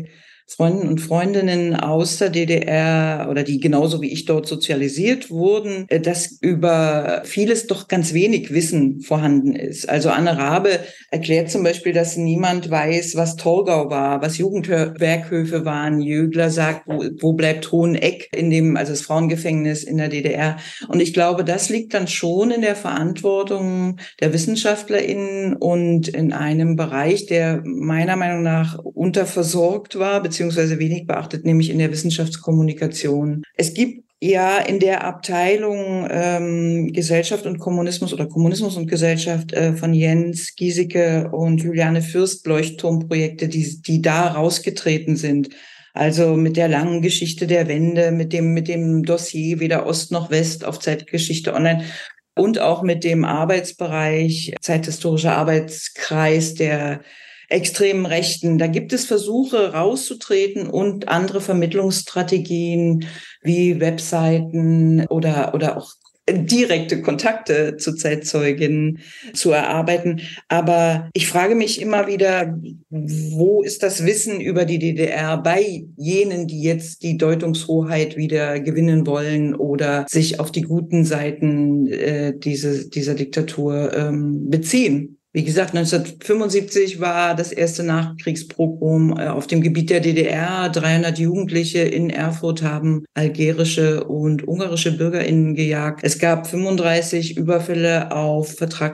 Freunden und Freundinnen aus der D D R oder die genauso wie ich dort sozialisiert wurden, dass über vieles doch ganz wenig Wissen vorhanden ist. Also Anne Rabe erklärt zum Beispiel, dass niemand weiß, was Torgau war, was Jugendwerkhöfe waren. Jögler sagt, wo, wo bleibt Hoheneck in dem, also das Frauengefängnis in der D D R. Und ich glaube, das liegt dann schon in der Verantwortung der WissenschaftlerInnen und in einem Bereich, der meiner Meinung nach unterversorgt war, beziehungsweise wenig beachtet, nämlich in der Wissenschaftskommunikation. Es gibt ja in der Abteilung ähm, Gesellschaft und Kommunismus oder Kommunismus und Gesellschaft äh, von Jens Giesecke und Juliane Fürst Leuchtturmprojekte, die, die da rausgetreten sind. Also mit der langen Geschichte der Wende, mit dem, mit dem Dossier weder Ost noch West auf Zeitgeschichte Online und auch mit dem Arbeitsbereich Zeithistorischer Arbeitskreis der extremen Rechten. Da gibt es Versuche rauszutreten und andere Vermittlungsstrategien wie Webseiten oder, oder auch direkte Kontakte zu Zeitzeuginnen zu erarbeiten. Aber ich frage mich immer wieder, wo ist das Wissen über die D D R bei jenen, die jetzt die Deutungshoheit wieder gewinnen wollen oder sich auf die guten Seiten äh, diese, dieser Diktatur ähm, beziehen? Wie gesagt, neunzehnhundertfünfundsiebzig war das erste Nachkriegspogrom auf dem Gebiet der D D R. dreihundert Jugendliche in Erfurt haben algerische und ungarische BürgerInnen gejagt. Es gab fünfunddreißig Überfälle auf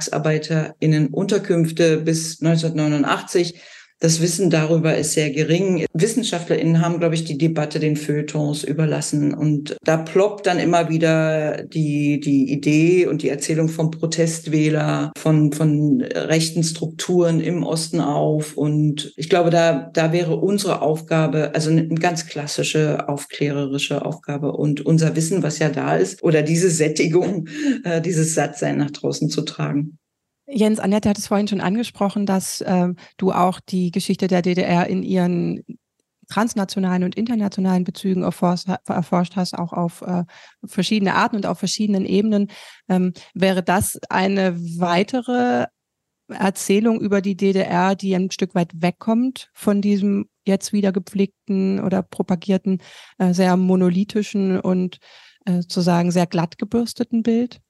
VertragsarbeiterInnen-Unterkünfte bis neunzehnhundertneunundachtzig. Das Wissen darüber ist sehr gering. WissenschaftlerInnen haben, glaube ich, die Debatte den Feuilletons überlassen. Und da ploppt dann immer wieder die, die Idee und die Erzählung vom Protestwähler, von, von rechten Strukturen im Osten auf. Und ich glaube, da, da wäre unsere Aufgabe, also eine ganz klassische aufklärerische Aufgabe und unser Wissen, was ja da ist, oder diese Sättigung, äh, dieses Sattsein nach draußen zu tragen. Jens, Annette hat es vorhin schon angesprochen, dass ähm, du auch die Geschichte der D D R in ihren transnationalen und internationalen Bezügen erforscht, erforscht hast, auch auf äh, verschiedene Arten und auf verschiedenen Ebenen. Ähm, wäre das eine weitere Erzählung über die D D R, die ein Stück weit wegkommt von diesem jetzt wieder gepflegten oder propagierten, äh, sehr monolithischen und äh, sozusagen sehr glatt gebürsteten Bild?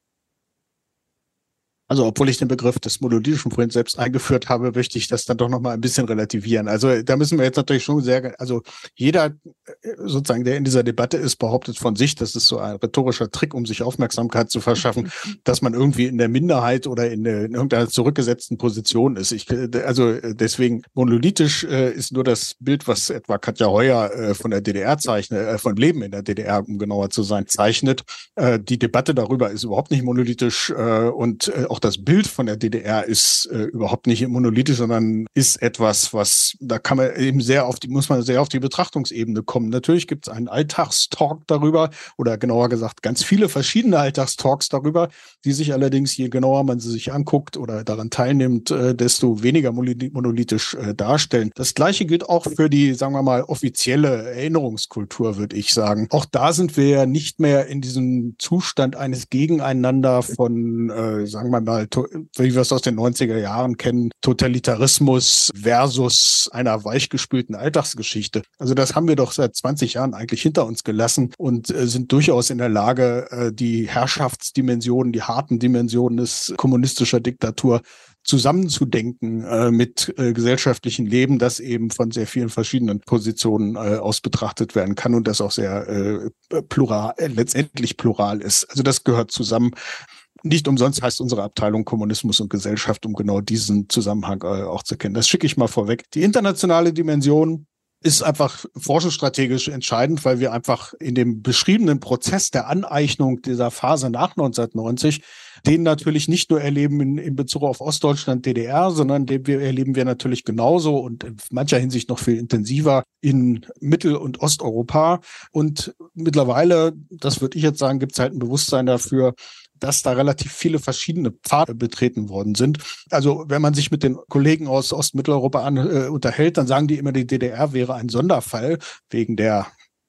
Also obwohl ich den Begriff des monolithischen vorhin selbst eingeführt habe, möchte ich das dann doch nochmal ein bisschen relativieren. Also da müssen wir jetzt natürlich schon sehr, also jeder sozusagen, der in dieser Debatte ist, behauptet von sich, das ist so ein rhetorischer Trick, um sich Aufmerksamkeit zu verschaffen, dass man irgendwie in der Minderheit oder in, der, in irgendeiner zurückgesetzten Position ist. Ich, also deswegen monolithisch äh, ist nur das Bild, was etwa Katja Heuer äh, von der D D R zeichnet, äh, von Leben in der D D R, um genauer zu sein, zeichnet. Äh, die Debatte darüber ist überhaupt nicht monolithisch äh, und äh, auch das Bild von der D D R ist äh, überhaupt nicht monolithisch, sondern ist etwas, was, da kann man eben sehr auf die, muss man sehr auf die Betrachtungsebene kommen. Natürlich gibt es einen Alltagstalk darüber oder genauer gesagt ganz viele verschiedene Alltagstalks darüber, die sich allerdings, je genauer man sie sich anguckt oder daran teilnimmt, äh, desto weniger monolithisch äh, darstellen. Das Gleiche gilt auch für die, sagen wir mal, offizielle Erinnerungskultur, würde ich sagen. Auch da sind wir ja nicht mehr in diesem Zustand eines Gegeneinander von, äh, sagen wir mal, wie wir es aus den neunziger Jahren kennen, Totalitarismus versus einer weichgespülten Alltagsgeschichte. Also das haben wir doch seit zwanzig Jahren eigentlich hinter uns gelassen und äh, sind durchaus in der Lage, äh, die Herrschaftsdimensionen, die harten Dimensionen des kommunistischer Diktatur zusammenzudenken äh, mit äh, gesellschaftlichem Leben, das eben von sehr vielen verschiedenen Positionen äh, aus betrachtet werden kann und das auch sehr äh, plural, äh, letztendlich plural ist. Also das gehört zusammen. Nicht umsonst heißt unsere Abteilung Kommunismus und Gesellschaft, um genau diesen Zusammenhang äh, auch zu kennen. Das schicke ich mal vorweg. Die internationale Dimension ist einfach forschungsstrategisch entscheidend, weil wir einfach in dem beschriebenen Prozess der Aneignung dieser Phase nach neunzehnhundertneunzig den natürlich nicht nur erleben in, in Bezug auf Ostdeutschland, D D R, sondern den wir erleben wir natürlich genauso und in mancher Hinsicht noch viel intensiver in Mittel- und Osteuropa. Und mittlerweile, das würde ich jetzt sagen, gibt es halt ein Bewusstsein dafür, dass da relativ viele verschiedene Pfade betreten worden sind. Also wenn man sich mit den Kollegen aus Ost- und Mitteleuropa an, äh, unterhält, dann sagen die immer, die D D R wäre ein Sonderfall wegen der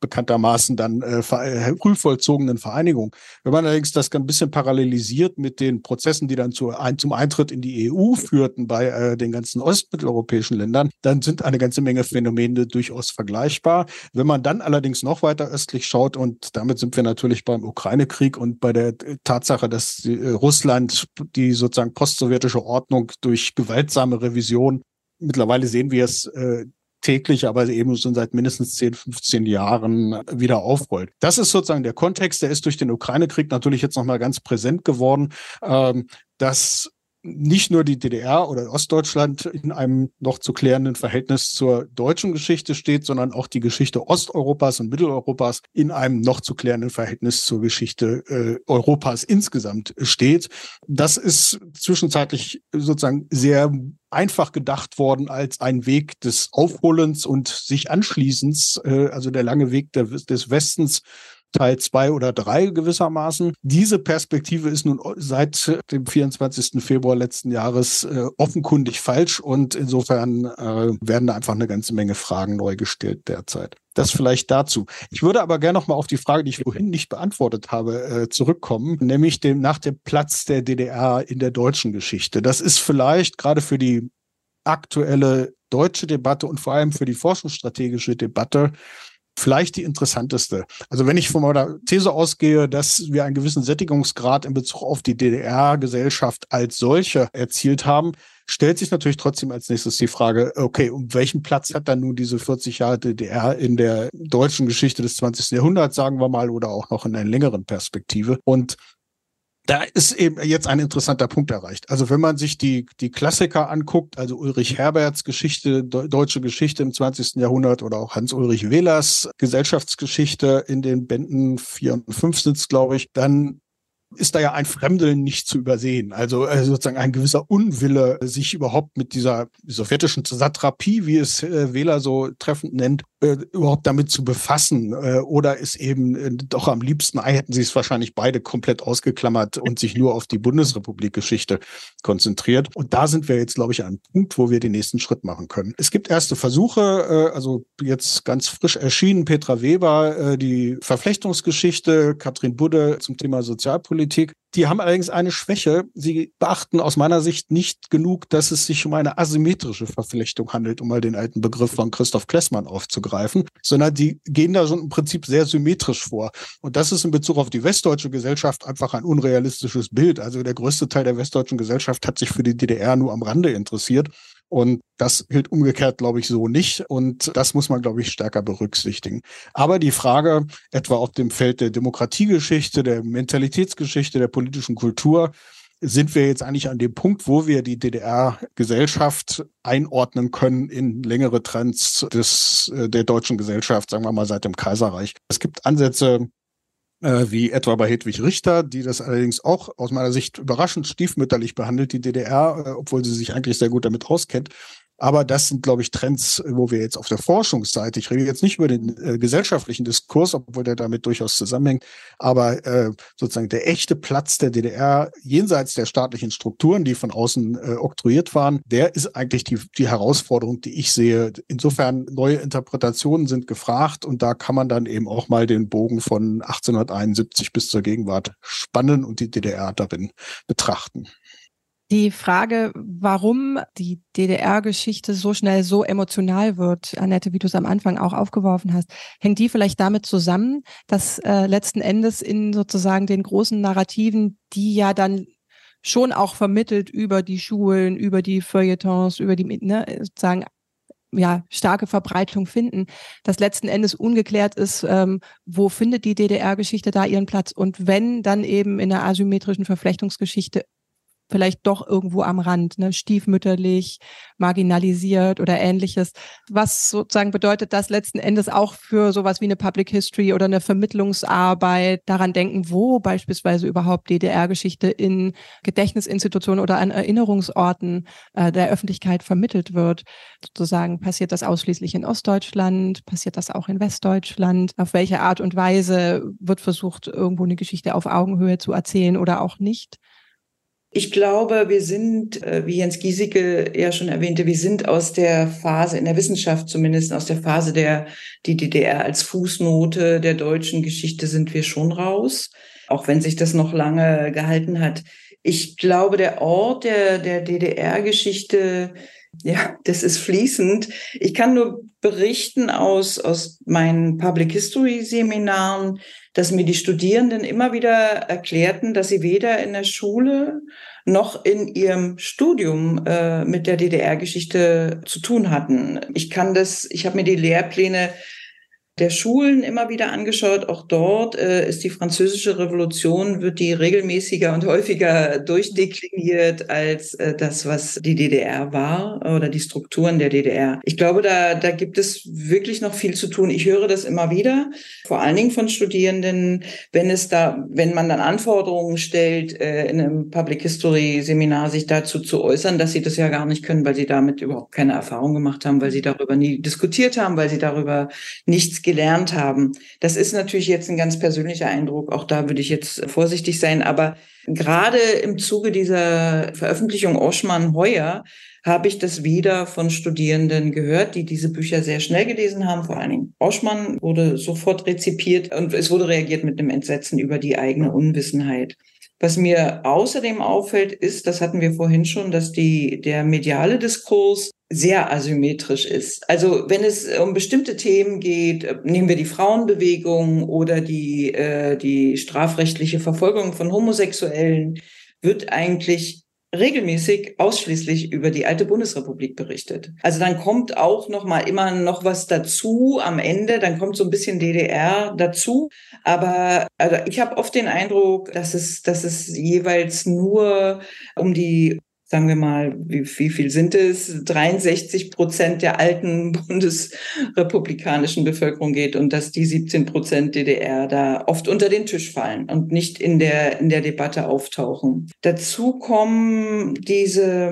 bekanntermaßen dann äh, früh vollzogenen Vereinigung. Wenn man allerdings das ein bisschen parallelisiert mit den Prozessen, die dann zu, ein, zum Eintritt in die E U führten bei äh, den ganzen ostmitteleuropäischen Ländern, dann sind eine ganze Menge Phänomene durchaus vergleichbar. Wenn man dann allerdings noch weiter östlich schaut, und damit sind wir natürlich beim Ukraine-Krieg und bei der Tatsache, dass die, äh, Russland die sozusagen postsowjetische Ordnung durch gewaltsame Revision, mittlerweile sehen wir es äh, täglich, aber eben schon seit mindestens zehn, fünfzehn Jahren wieder aufrollt. Das ist sozusagen der Kontext, der ist durch den Ukraine-Krieg natürlich jetzt nochmal ganz präsent geworden, ähm, dass nicht nur die D D R oder Ostdeutschland in einem noch zu klärenden Verhältnis zur deutschen Geschichte steht, sondern auch die Geschichte Osteuropas und Mitteleuropas in einem noch zu klärenden Verhältnis zur Geschichte äh, Europas insgesamt steht. Das ist zwischenzeitlich sozusagen sehr einfach gedacht worden als ein Weg des Aufholens und sich Anschließens, äh, also der lange Weg der, des Westens, Teil zwei oder drei gewissermaßen. Diese Perspektive ist nun seit dem vierundzwanzigsten Februar letzten Jahres äh, offenkundig falsch und insofern äh, werden da einfach eine ganze Menge Fragen neu gestellt derzeit. Das vielleicht dazu. Ich würde aber gerne noch mal auf die Frage, die ich vorhin nicht beantwortet habe, äh, zurückkommen, nämlich dem, nach dem Platz der D D R in der deutschen Geschichte. Das ist vielleicht gerade für die aktuelle deutsche Debatte und vor allem für die forschungsstrategische Debatte vielleicht die interessanteste. Also wenn ich von meiner These ausgehe, dass wir einen gewissen Sättigungsgrad in Bezug auf die D D R-Gesellschaft als solche erzielt haben, stellt sich natürlich trotzdem als nächstes die Frage, okay, um welchen Platz hat dann nun diese vierzig Jahre D D R in der deutschen Geschichte des zwanzigsten Jahrhunderts, sagen wir mal, oder auch noch in einer längeren Perspektive? Und da ist eben jetzt ein interessanter Punkt erreicht. Also wenn man sich die die Klassiker anguckt, also Ulrich Herberts Geschichte, de- deutsche Geschichte im zwanzigsten Jahrhundert oder auch Hans-Ulrich Wehlers Gesellschaftsgeschichte in den Bänden vier und fünf sitzt, glaube ich, dann ist da ja ein Fremdeln nicht zu übersehen. Also äh, sozusagen ein gewisser Unwille, sich überhaupt mit dieser sowjetischen Satrapie, wie es äh, Wähler so treffend nennt, äh, überhaupt damit zu befassen. Äh, oder ist eben äh, doch am liebsten, äh, hätten sie es wahrscheinlich beide komplett ausgeklammert und sich nur auf die Bundesrepublik-Geschichte konzentriert. Und da sind wir jetzt, glaube ich, an einem Punkt, wo wir den nächsten Schritt machen können. Es gibt erste Versuche, äh, also jetzt ganz frisch erschienen, Petra Weber, äh, die Verflechtungsgeschichte, Katrin Budde zum Thema Sozialpolitik. Die haben allerdings eine Schwäche. Sie beachten aus meiner Sicht nicht genug, dass es sich um eine asymmetrische Verflechtung handelt, um mal den alten Begriff von Christoph Klessmann aufzugreifen, sondern die gehen da schon im Prinzip sehr symmetrisch vor. Und das ist in Bezug auf die westdeutsche Gesellschaft einfach ein unrealistisches Bild. Also der größte Teil der westdeutschen Gesellschaft hat sich für die D D R nur am Rande interessiert. Und das gilt umgekehrt, glaube ich, so nicht. Und das muss man, glaube ich, stärker berücksichtigen. Aber die Frage, etwa auf dem Feld der Demokratiegeschichte, der Mentalitätsgeschichte, der politischen Kultur, sind wir jetzt eigentlich an dem Punkt, wo wir die D D R-Gesellschaft einordnen können in längere Trends des, der deutschen Gesellschaft, sagen wir mal seit dem Kaiserreich. Es gibt Ansätze, wie etwa bei Hedwig Richter, die das allerdings auch aus meiner Sicht überraschend stiefmütterlich behandelt, die D D R, obwohl sie sich eigentlich sehr gut damit auskennt. Aber das sind, glaube ich, Trends, wo wir jetzt auf der Forschungsseite, ich rede jetzt nicht über den äh, gesellschaftlichen Diskurs, obwohl der damit durchaus zusammenhängt, aber äh, sozusagen der echte Platz der D D R jenseits der staatlichen Strukturen, die von außen äh, oktroyiert waren, der ist eigentlich die, die Herausforderung, die ich sehe. Insofern neue Interpretationen sind gefragt und da kann man dann eben auch mal den Bogen von achtzehnhunderteinundsiebzig bis zur Gegenwart spannen und die D D R darin betrachten. Die Frage, warum die D D R-Geschichte so schnell so emotional wird, Annette, wie du es am Anfang auch aufgeworfen hast, hängt die vielleicht damit zusammen, dass äh, letzten Endes in sozusagen den großen Narrativen, die ja dann schon auch vermittelt über die Schulen, über die Feuilletons, über die, ne, sozusagen, ja, starke Verbreitung finden, dass letzten Endes ungeklärt ist, ähm, wo findet die D D R-Geschichte da ihren Platz und wenn, dann eben in der asymmetrischen Verflechtungsgeschichte vielleicht doch irgendwo am Rand, ne, stiefmütterlich, marginalisiert oder Ähnliches. Was sozusagen bedeutet das letzten Endes auch für sowas wie eine Public History oder eine Vermittlungsarbeit, daran denken, wo beispielsweise überhaupt D D R-Geschichte in Gedächtnisinstitutionen oder an Erinnerungsorten äh, der Öffentlichkeit vermittelt wird. Sozusagen, passiert das ausschließlich in Ostdeutschland? Passiert das auch in Westdeutschland? Auf welche Art und Weise wird versucht, irgendwo eine Geschichte auf Augenhöhe zu erzählen oder auch nicht? Ich glaube, wir sind, wie Jens Giesecke ja schon erwähnte, wir sind aus der Phase, in der Wissenschaft zumindest, aus der Phase der, die D D R als Fußnote der deutschen Geschichte sind wir schon raus, auch wenn sich das noch lange gehalten hat. Ich glaube, der Ort der, der D D R-Geschichte, ja, das ist fließend. Ich kann nur berichten aus, aus meinen Public History Seminaren, dass mir die Studierenden immer wieder erklärten, dass sie weder in der Schule noch in ihrem Studium äh, mit der D D R-Geschichte zu tun hatten. Ich kann das, ich habe mir die Lehrpläne der Schulen immer wieder angeschaut. Auch dort äh, ist die Französische Revolution, wird die regelmäßiger und häufiger durchdekliniert als äh, das, was die D D R war oder die Strukturen der D D R. Ich glaube, da, da gibt es wirklich noch viel zu tun. Ich höre das immer wieder, vor allen Dingen von Studierenden, wenn es da, wenn man dann Anforderungen stellt, äh, in einem Public History Seminar sich dazu zu äußern, dass sie das ja gar nicht können, weil sie damit überhaupt keine Erfahrung gemacht haben, weil sie darüber nie diskutiert haben, weil sie darüber nichts gelernt haben. Das ist natürlich jetzt ein ganz persönlicher Eindruck. Auch da würde ich jetzt vorsichtig sein. Aber gerade im Zuge dieser Veröffentlichung Oschmann-Heuer habe ich das wieder von Studierenden gehört, die diese Bücher sehr schnell gelesen haben. Vor allen Dingen Oschmann wurde sofort rezipiert und es wurde reagiert mit einem Entsetzen über die eigene Unwissenheit. Was mir außerdem auffällt, ist, das hatten wir vorhin schon, dass die, der mediale Diskurs sehr asymmetrisch ist. Also wenn es um bestimmte Themen geht, nehmen wir die Frauenbewegung oder die, äh, die strafrechtliche Verfolgung von Homosexuellen, wird eigentlich regelmäßig ausschließlich über die alte Bundesrepublik berichtet. Also dann kommt auch noch mal immer noch was dazu am Ende, dann kommt so ein bisschen D D R dazu. Aber also ich habe oft den Eindruck, dass es, dass es jeweils nur um die, sagen wir mal, wie, wie viel sind es? dreiundsechzig Prozent der alten bundesrepublikanischen Bevölkerung geht und dass die siebzehn Prozent D D R da oft unter den Tisch fallen und nicht in der, in der Debatte auftauchen. Dazu kommen diese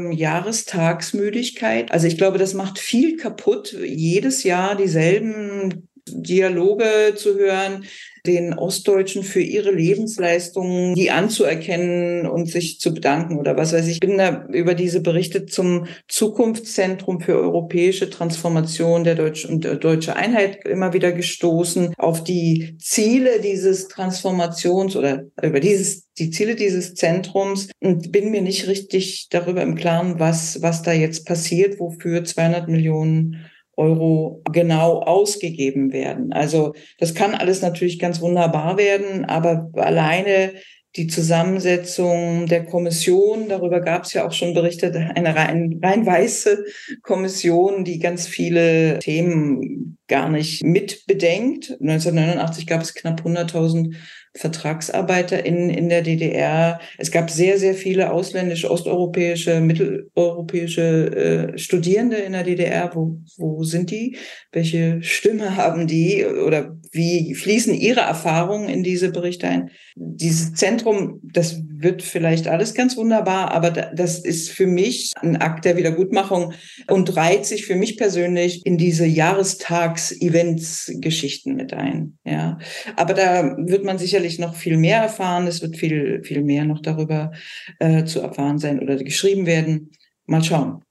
Jahrestagsmüdigkeit. Also ich glaube, das macht viel kaputt, jedes Jahr dieselben Dialoge zu hören, den Ostdeutschen für ihre Lebensleistungen, die anzuerkennen und sich zu bedanken oder was weiß ich. Ich bin da über diese Berichte zum Zukunftszentrum für europäische Transformation der Deutsch und der deutsche Einheit immer wieder gestoßen, auf die Ziele dieses Transformations oder über dieses, die Ziele dieses Zentrums und bin mir nicht richtig darüber im Klaren, was, was da jetzt passiert, wofür zweihundert Millionen Euro genau ausgegeben werden. Also das kann alles natürlich ganz wunderbar werden, aber alleine die Zusammensetzung der Kommission, darüber gab es ja auch schon Berichte, eine rein, rein weiße Kommission, die ganz viele Themen gar nicht mitbedenkt. neunzehnhundertneunundachtzig gab es knapp hunderttausend VertragsarbeiterInnen in der D D R. Es gab sehr, sehr viele ausländische, osteuropäische, mitteleuropäische äh, Studierende in der D D R. Wo, wo sind die? Welche Stimme haben die? Oder wie fließen ihre Erfahrungen in diese Berichte ein? Dieses Zentrum, das wird vielleicht alles ganz wunderbar, aber das ist für mich ein Akt der Wiedergutmachung und reiht sich für mich persönlich in diese Jahrestags-Events-Geschichten mit ein. Ja, aber da wird man sicherlich noch viel mehr erfahren. Es wird viel, viel mehr noch darüber äh, zu erfahren sein oder geschrieben werden. Mal schauen.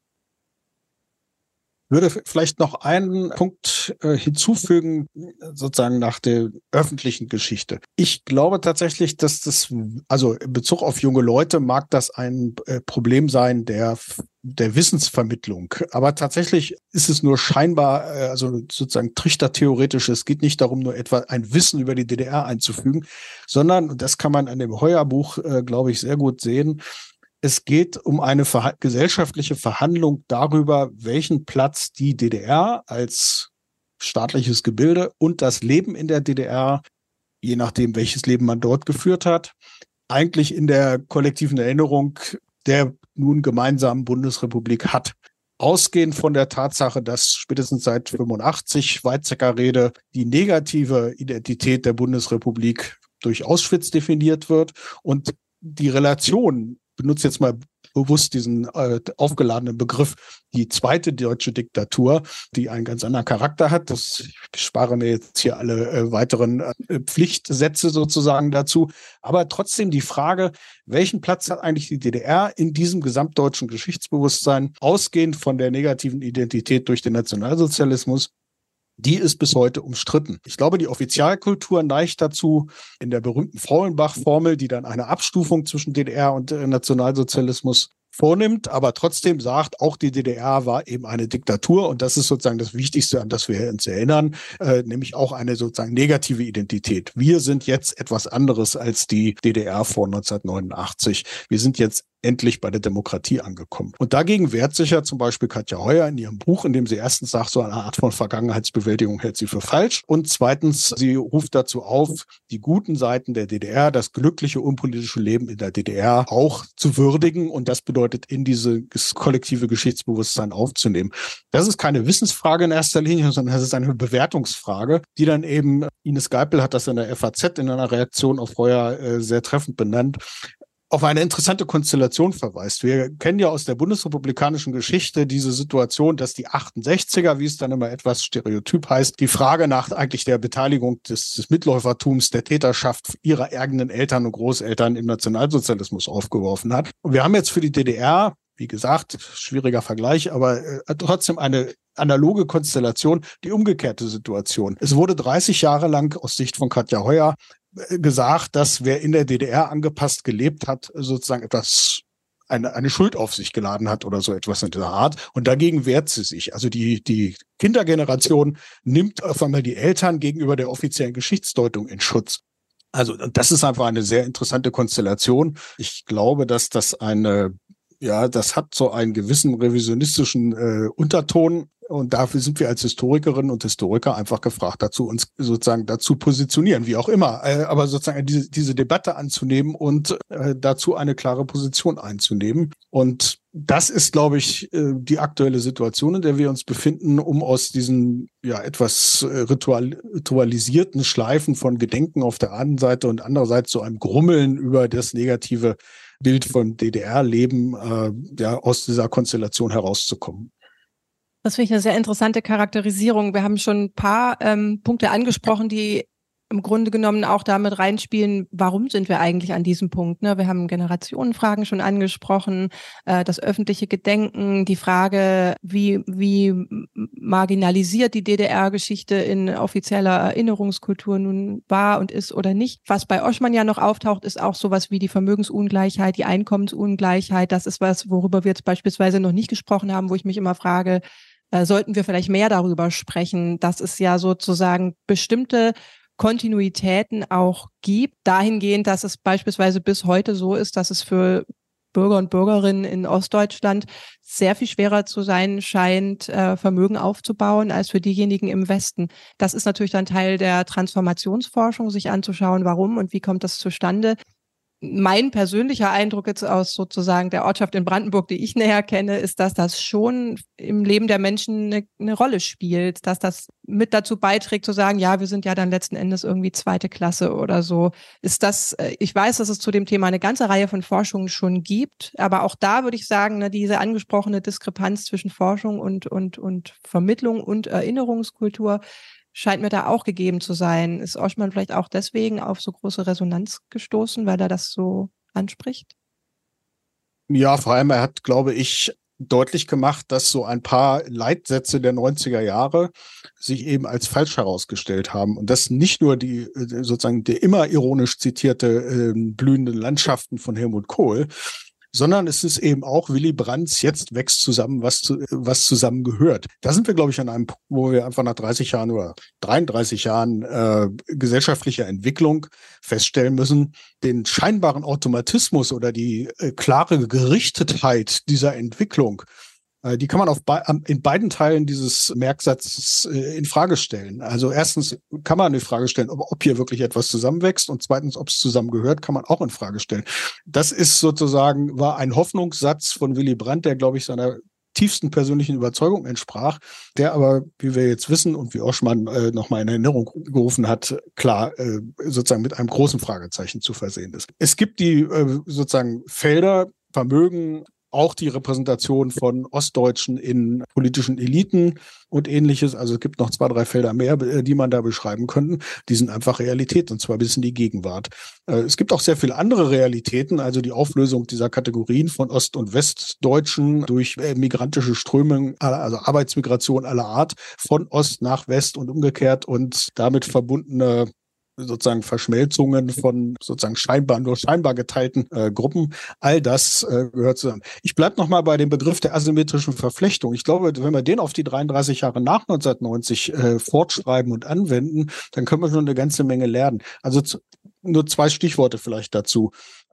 Ich würde vielleicht noch einen Punkt äh, hinzufügen, sozusagen nach der öffentlichen Geschichte. Ich glaube tatsächlich, dass das, also in Bezug auf junge Leute mag das ein äh, Problem sein der der Wissensvermittlung. Aber tatsächlich ist es nur scheinbar, äh, also sozusagen trichtertheoretisch, es geht nicht darum, nur etwa ein Wissen über die D D R einzufügen, sondern, und das kann man an dem Heuer-Buch, äh, glaube ich, sehr gut sehen, es geht um eine verha- gesellschaftliche Verhandlung darüber, welchen Platz die D D R als staatliches Gebilde und das Leben in der D D R, je nachdem, welches Leben man dort geführt hat, eigentlich in der kollektiven Erinnerung der nun gemeinsamen Bundesrepublik hat. Ausgehend von der Tatsache, dass spätestens seit fünfundachtzig Weizsäcker-Rede die negative Identität der Bundesrepublik durch Auschwitz definiert wird und die Relation, benutze jetzt mal bewusst diesen äh, aufgeladenen Begriff, die zweite deutsche Diktatur, die einen ganz anderen Charakter hat. Das, ich spare mir jetzt hier alle äh, weiteren äh, Pflichtsätze sozusagen dazu. Aber trotzdem die Frage, welchen Platz hat eigentlich die D D R in diesem gesamtdeutschen Geschichtsbewusstsein, ausgehend von der negativen Identität durch den Nationalsozialismus? Die ist bis heute umstritten. Ich glaube, die Offizialkultur neigt dazu, in der berühmten Faulenbach-Formel, die dann eine Abstufung zwischen D D R und äh, Nationalsozialismus vornimmt, aber trotzdem sagt, auch die D D R war eben eine Diktatur und das ist sozusagen das Wichtigste, an das wir uns erinnern, äh, nämlich auch eine sozusagen negative Identität. Wir sind jetzt etwas anderes als die D D R vor neunzehnhundertneunundachtzig. Wir sind jetzt endlich bei der Demokratie angekommen. Und dagegen wehrt sich ja zum Beispiel Katja Heuer in ihrem Buch, in dem sie erstens sagt, so eine Art von Vergangenheitsbewältigung hält sie für falsch und zweitens, sie ruft dazu auf, die guten Seiten der D D R, das glückliche unpolitische Leben in der D D R auch zu würdigen und das bedeutet, in dieses kollektive Geschichtsbewusstsein aufzunehmen. Das ist keine Wissensfrage in erster Linie, sondern das ist eine Bewertungsfrage, die dann eben, Ines Geipel hat das in der F A Z in einer Reaktion auf Heuer äh, sehr treffend benannt, auf eine interessante Konstellation verweist. Wir kennen ja aus der bundesrepublikanischen Geschichte diese Situation, dass die achtundsechziger, wie es dann immer etwas stereotyp heißt, die Frage nach eigentlich der Beteiligung des, des Mitläufertums, der Täterschaft ihrer eigenen Eltern und Großeltern im Nationalsozialismus aufgeworfen hat. Und wir haben jetzt für die D D R, wie gesagt, schwieriger Vergleich, aber äh, trotzdem eine analoge Konstellation, die umgekehrte Situation. Es wurde dreißig Jahre lang aus Sicht von Katja Heuer gesagt, dass wer in der D D R angepasst gelebt hat, sozusagen etwas, eine, eine Schuld auf sich geladen hat oder so etwas in dieser Art. Und dagegen wehrt sie sich. Also die, die Kindergeneration nimmt auf einmal die Eltern gegenüber der offiziellen Geschichtsdeutung in Schutz. Also das ist einfach eine sehr interessante Konstellation. Ich glaube, dass das eine, ja, das hat so einen gewissen revisionistischen äh, Unterton. Und dafür sind wir als Historikerinnen und Historiker einfach gefragt, dazu uns sozusagen dazu positionieren, wie auch immer, äh, aber sozusagen diese, diese Debatte anzunehmen und äh, dazu eine klare Position einzunehmen. Und das ist, glaube ich, äh, die aktuelle Situation, in der wir uns befinden, um aus diesen ja etwas äh, ritual, ritualisierten Schleifen von Gedenken auf der einen Seite und andererseits so einem Grummeln über das negative Bild von D D R-Leben, äh, ja, aus dieser Konstellation herauszukommen. Das finde ich eine sehr interessante Charakterisierung. Wir haben schon ein paar ähm, Punkte angesprochen, die im Grunde genommen auch damit reinspielen, warum sind wir eigentlich an diesem Punkt? Ne? Wir haben Generationenfragen schon angesprochen, äh, das öffentliche Gedenken, die Frage, wie, wie marginalisiert die D D R-Geschichte in offizieller Erinnerungskultur nun war und ist oder nicht. Was bei Oschmann ja noch auftaucht, ist auch sowas wie die Vermögensungleichheit, die Einkommensungleichheit. Das ist was, worüber wir jetzt beispielsweise noch nicht gesprochen haben, wo ich mich immer frage, äh, sollten wir vielleicht mehr darüber sprechen, dass es ja sozusagen bestimmte Kontinuitäten auch gibt, dahingehend, dass es beispielsweise bis heute so ist, dass es für Bürger und Bürgerinnen in Ostdeutschland sehr viel schwerer zu sein scheint, äh, Vermögen aufzubauen, als für diejenigen im Westen. Das ist natürlich dann Teil der Transformationsforschung, sich anzuschauen, warum und wie kommt das zustande. Mein persönlicher Eindruck jetzt aus sozusagen der Ortschaft in Brandenburg, die ich näher kenne, ist, dass das schon im Leben der Menschen eine, eine Rolle spielt, dass das mit dazu beiträgt zu sagen, ja, wir sind ja dann letzten Endes irgendwie zweite Klasse oder so. Ist das, ich weiß, dass es zu dem Thema eine ganze Reihe von Forschungen schon gibt, aber auch da würde ich sagen, ne, diese angesprochene Diskrepanz zwischen Forschung und, und, und Vermittlung und Erinnerungskultur scheint mir da auch gegeben zu sein. Ist Oschmann vielleicht auch deswegen auf so große Resonanz gestoßen, weil er das so anspricht? Ja, vor allem, er hat, glaube ich, deutlich gemacht, dass so ein paar Leitsätze der neunziger Jahre sich eben als falsch herausgestellt haben. Und das nicht nur die sozusagen die immer ironisch zitierte äh, blühenden Landschaften von Helmut Kohl, sondern es ist eben auch Willy Brandts Jetzt wächst zusammen, was, zu, was zusammen gehört. Da sind wir, glaube ich, an einem Punkt, wo wir einfach nach dreißig Jahren oder dreiunddreißig Jahren äh, gesellschaftlicher Entwicklung feststellen müssen, den scheinbaren Automatismus oder die äh, klare Gerichtetheit dieser Entwicklung, äh, die kann man auf be- in beiden Teilen dieses Merksatzes äh, in Frage stellen. Also erstens kann man in Frage stellen, ob, ob hier wirklich etwas zusammenwächst, und zweitens, ob es zusammengehört, kann man auch in Frage stellen. Das ist sozusagen, war ein Hoffnungssatz von Willy Brandt, der, glaube ich, seiner tiefsten persönlichen Überzeugung entsprach, der aber, wie wir jetzt wissen und wie Oschmann äh, nochmal in Erinnerung gerufen hat, klar äh, sozusagen mit einem großen Fragezeichen zu versehen ist. Es gibt die äh, sozusagen Felder, Vermögen, auch die Repräsentation von Ostdeutschen in politischen Eliten und Ähnliches. Also es gibt noch zwei, drei Felder mehr, die man da beschreiben könnte. Die sind einfach Realität, und zwar bis in die Gegenwart. Es gibt auch sehr viele andere Realitäten, also die Auflösung dieser Kategorien von Ost- und Westdeutschen durch migrantische Strömungen, also Arbeitsmigration aller Art von Ost nach West und umgekehrt und damit verbundene sozusagen Verschmelzungen von sozusagen scheinbar nur scheinbar geteilten äh, Gruppen. All das äh, gehört zusammen. Ich bleibe nochmal bei dem Begriff der asymmetrischen Verflechtung. Ich glaube, wenn wir den auf die dreiunddreißig Jahre nach neunzehnhundertneunzig äh, fortschreiben und anwenden, dann können wir schon eine ganze Menge lernen. Also zu, nur zwei Stichworte vielleicht dazu.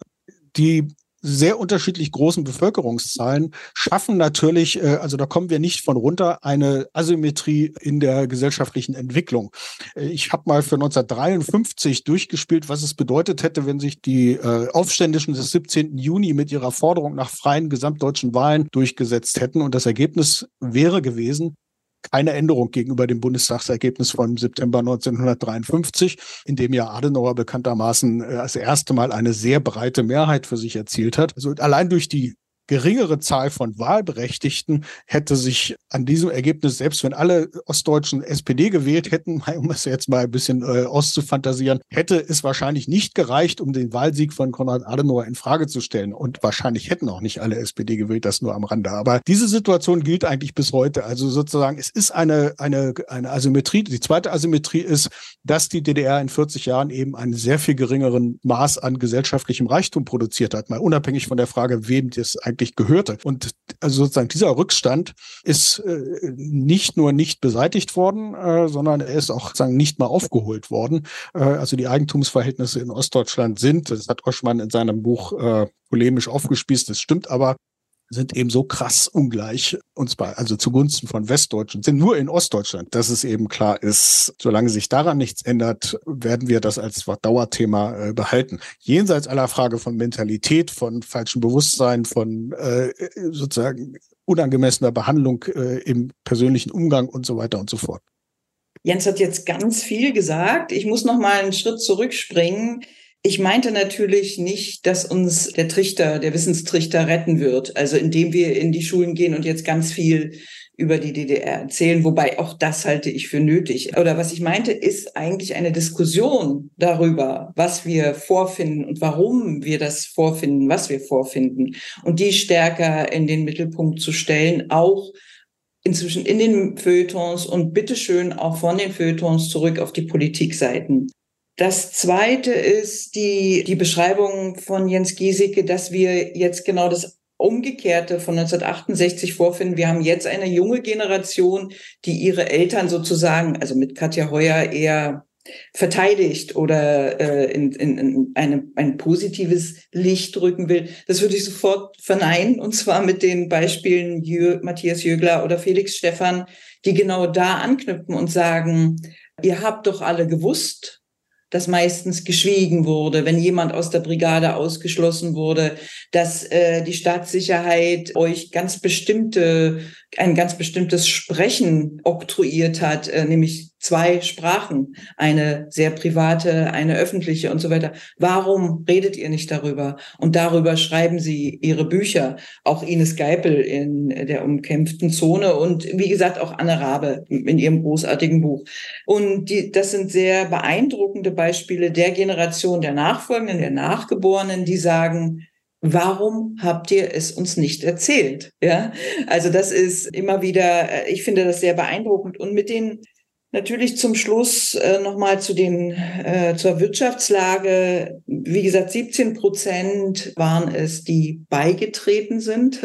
Die sehr unterschiedlich großen Bevölkerungszahlen schaffen natürlich, äh, also da kommen wir nicht von runter, eine Asymmetrie in der gesellschaftlichen Entwicklung. Ich habe mal für neunzehnhundertdreiundfünfzig durchgespielt, was es bedeutet hätte, wenn sich die äh, Aufständischen des siebzehnten Juni mit ihrer Forderung nach freien gesamtdeutschen Wahlen durchgesetzt hätten. Und das Ergebnis wäre gewesen, keine Änderung gegenüber dem Bundestagsergebnis vom September neunzehnhundertdreiundfünfzig, in dem ja Adenauer bekanntermaßen äh, das erste Mal eine sehr breite Mehrheit für sich erzielt hat. Also allein durch die geringere Zahl von Wahlberechtigten hätte sich an diesem Ergebnis, selbst wenn alle Ostdeutschen S P D gewählt hätten, um es jetzt mal ein bisschen äh, auszufantasieren, hätte es wahrscheinlich nicht gereicht, um den Wahlsieg von Konrad Adenauer in Frage zu stellen. Und wahrscheinlich hätten auch nicht alle S P D gewählt, das nur am Rande. Aber diese Situation gilt eigentlich bis heute. Also sozusagen, es ist eine, eine, eine Asymmetrie. Die zweite Asymmetrie ist, dass die D D R in vierzig Jahren eben einen sehr viel geringeren Maß an gesellschaftlichem Reichtum produziert hat. Mal unabhängig von der Frage, wem das eigentlich gehörte. Und also sozusagen dieser Rückstand ist äh, nicht nur nicht beseitigt worden, äh, sondern er ist auch sozusagen nicht mal aufgeholt worden. Äh, also die Eigentumsverhältnisse in Ostdeutschland sind, das hat Oschmann in seinem Buch äh, polemisch aufgespießt, das stimmt aber, sind eben so krass ungleich, und zwar also zugunsten von Westdeutschen, sind nur in Ostdeutschland, dass es eben klar ist, solange sich daran nichts ändert, werden wir das als Dauerthema äh, behalten. Jenseits aller Frage von Mentalität, von falschem Bewusstsein, von äh, sozusagen unangemessener Behandlung äh, im persönlichen Umgang und so weiter und so fort. Jens hat jetzt ganz viel gesagt. Ich muss noch mal einen Schritt zurückspringen. Ich meinte natürlich nicht, dass uns der Trichter, der Wissenstrichter retten wird, also indem wir in die Schulen gehen und jetzt ganz viel über die D D R erzählen, wobei auch das halte ich für nötig. Oder was ich meinte, ist eigentlich eine Diskussion darüber, was wir vorfinden und warum wir das vorfinden, was wir vorfinden, und die stärker in den Mittelpunkt zu stellen, auch inzwischen in den Feuilletons und bitteschön auch von den Feuilletons zurück auf die Politikseiten. Das Zweite ist die, die Beschreibung von Jens Giesecke, dass wir jetzt genau das Umgekehrte von neunzehnhundertachtundsechzig vorfinden. Wir haben jetzt eine junge Generation, die ihre Eltern sozusagen, also mit Katja Heuer, eher verteidigt oder äh, in, in, in eine, ein positives Licht rücken will. Das würde ich sofort verneinen, und zwar mit den Beispielen Jö, Matthias Jögler oder Felix Stephan, die genau da anknüpfen und sagen, ihr habt doch alle gewusst, dass meistens geschwiegen wurde, wenn jemand aus der Brigade ausgeschlossen wurde, dass äh, die Staatssicherheit euch ganz bestimmte, ein ganz bestimmtes Sprechen oktroyiert hat, äh, nämlich zwei Sprachen, eine sehr private, eine öffentliche und so weiter. Warum redet ihr nicht darüber? Und darüber schreiben sie ihre Bücher. Auch Ines Geipel in der umkämpften Zone und wie gesagt auch Anne Rabe in ihrem großartigen Buch. Und die, das sind sehr beeindruckende Beispiele der Generation der Nachfolgenden, der Nachgeborenen, die sagen, warum habt ihr es uns nicht erzählt? Ja, also das ist immer wieder, ich finde das sehr beeindruckend. Und mit den natürlich zum Schluss äh, nochmal zu den äh, zur Wirtschaftslage. Wie gesagt, siebzehn Prozent waren es, die beigetreten sind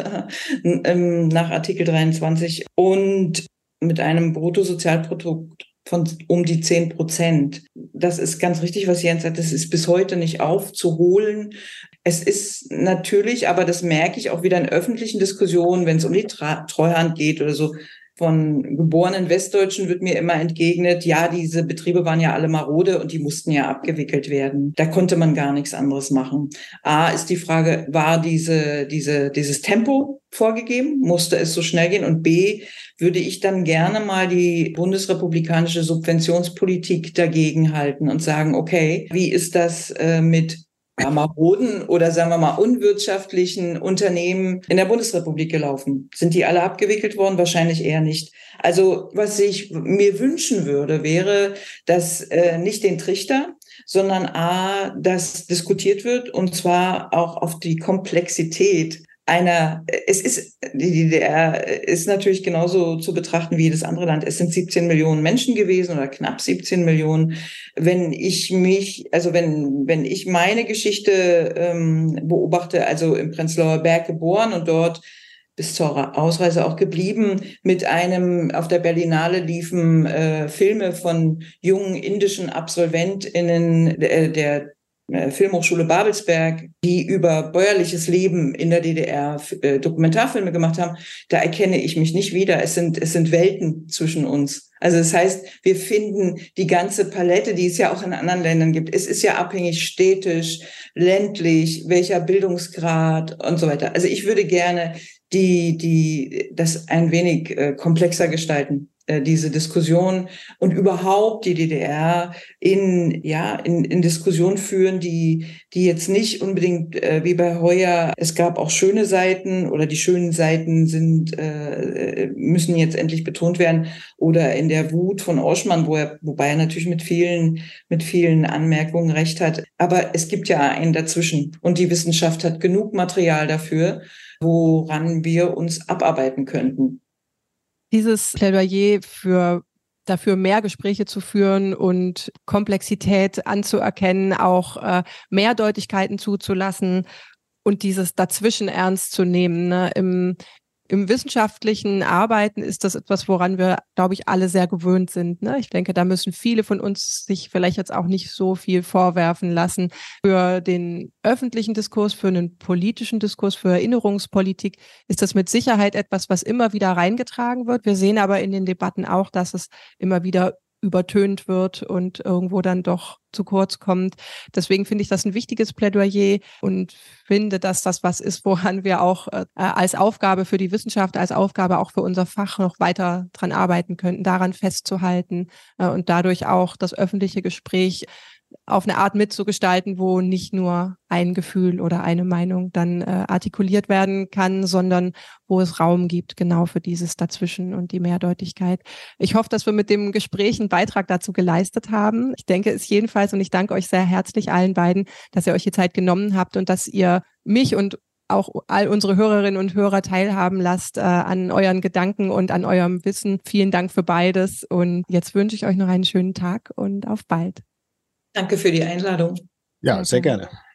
ähm, nach Artikel dreiundzwanzig und mit einem Bruttosozialprodukt von um die zehn Prozent. Das ist ganz richtig, was Jens sagt. Das ist bis heute nicht aufzuholen. Es ist natürlich, aber das merke ich auch wieder in öffentlichen Diskussionen, wenn es um die Tra- Treuhand geht oder so. Von geborenen Westdeutschen wird mir immer entgegnet, ja, diese Betriebe waren ja alle marode und die mussten ja abgewickelt werden. Da konnte man gar nichts anderes machen. A, ist die Frage, war diese, diese, dieses Tempo vorgegeben? Musste es so schnell gehen? Und B, würde ich dann gerne mal die bundesrepublikanische Subventionspolitik dagegen halten und sagen, okay, wie ist das äh, mit ja, maroden oder sagen wir mal unwirtschaftlichen Unternehmen in der Bundesrepublik gelaufen? Sind die alle abgewickelt worden? Wahrscheinlich eher nicht. Also was ich mir wünschen würde, wäre, dass äh, nicht den Trichter, sondern a, dass diskutiert wird und zwar auch auf die Komplexität einer, es ist, die D D R ist natürlich genauso zu betrachten wie jedes andere Land. Es sind siebzehn Millionen Menschen gewesen oder knapp siebzehn Millionen. Wenn ich mich, also wenn, wenn ich meine Geschichte ähm, beobachte, also im Prenzlauer Berg geboren und dort bis zur Ausreise auch geblieben, mit einem, auf der Berlinale liefen äh, Filme von jungen indischen AbsolventInnen äh, der Filmhochschule Babelsberg, die über bäuerliches Leben in der D D R äh, Dokumentarfilme gemacht haben, da erkenne ich mich nicht wieder. Es sind, es sind Welten zwischen uns. Also das heißt, wir finden die ganze Palette, die es ja auch in anderen Ländern gibt. Es ist ja abhängig städtisch, ländlich, welcher Bildungsgrad und so weiter. Also ich würde gerne die, die, das ein wenig äh, komplexer gestalten, diese Diskussion und überhaupt die D D R in, ja, in, in Diskussion führen, die, die jetzt nicht unbedingt äh, wie bei Heuer, es gab auch schöne Seiten oder die schönen Seiten sind, äh, müssen jetzt endlich betont werden, oder in der Wut von Oschmann, wo er, wobei er natürlich mit vielen, mit vielen Anmerkungen recht hat. Aber es gibt ja einen dazwischen und die Wissenschaft hat genug Material dafür, woran wir uns abarbeiten könnten. Dieses Plädoyer für dafür mehr Gespräche zu führen und Komplexität anzuerkennen, auch äh, Mehrdeutigkeiten zuzulassen und dieses dazwischen ernst zu nehmen. Ne? Im, im wissenschaftlichen Arbeiten ist das etwas, woran wir, glaube ich, alle sehr gewöhnt sind. Ne? Ich denke, da müssen viele von uns sich vielleicht jetzt auch nicht so viel vorwerfen lassen. Für den öffentlichen Diskurs, für einen politischen Diskurs, für Erinnerungspolitik ist das mit Sicherheit etwas, was immer wieder reingetragen wird. Wir sehen aber in den Debatten auch, dass es immer wieder übertönt wird und irgendwo dann doch zu kurz kommt. Deswegen finde ich das ein wichtiges Plädoyer und finde, dass das was ist, woran wir auch äh, als Aufgabe für die Wissenschaft, als Aufgabe auch für unser Fach noch weiter dran arbeiten könnten, daran festzuhalten äh, und dadurch auch das öffentliche Gespräch auf eine Art mitzugestalten, wo nicht nur ein Gefühl oder eine Meinung dann äh, artikuliert werden kann, sondern wo es Raum gibt, genau für dieses Dazwischen und die Mehrdeutigkeit. Ich hoffe, dass wir mit dem Gespräch einen Beitrag dazu geleistet haben. Ich denke es jedenfalls und ich danke euch sehr herzlich allen beiden, dass ihr euch die Zeit genommen habt und dass ihr mich und auch all unsere Hörerinnen und Hörer teilhaben lasst äh, an euren Gedanken und an eurem Wissen. Vielen Dank für beides und jetzt wünsche ich euch noch einen schönen Tag und auf bald. Danke für die Einladung. Ja, sehr gerne.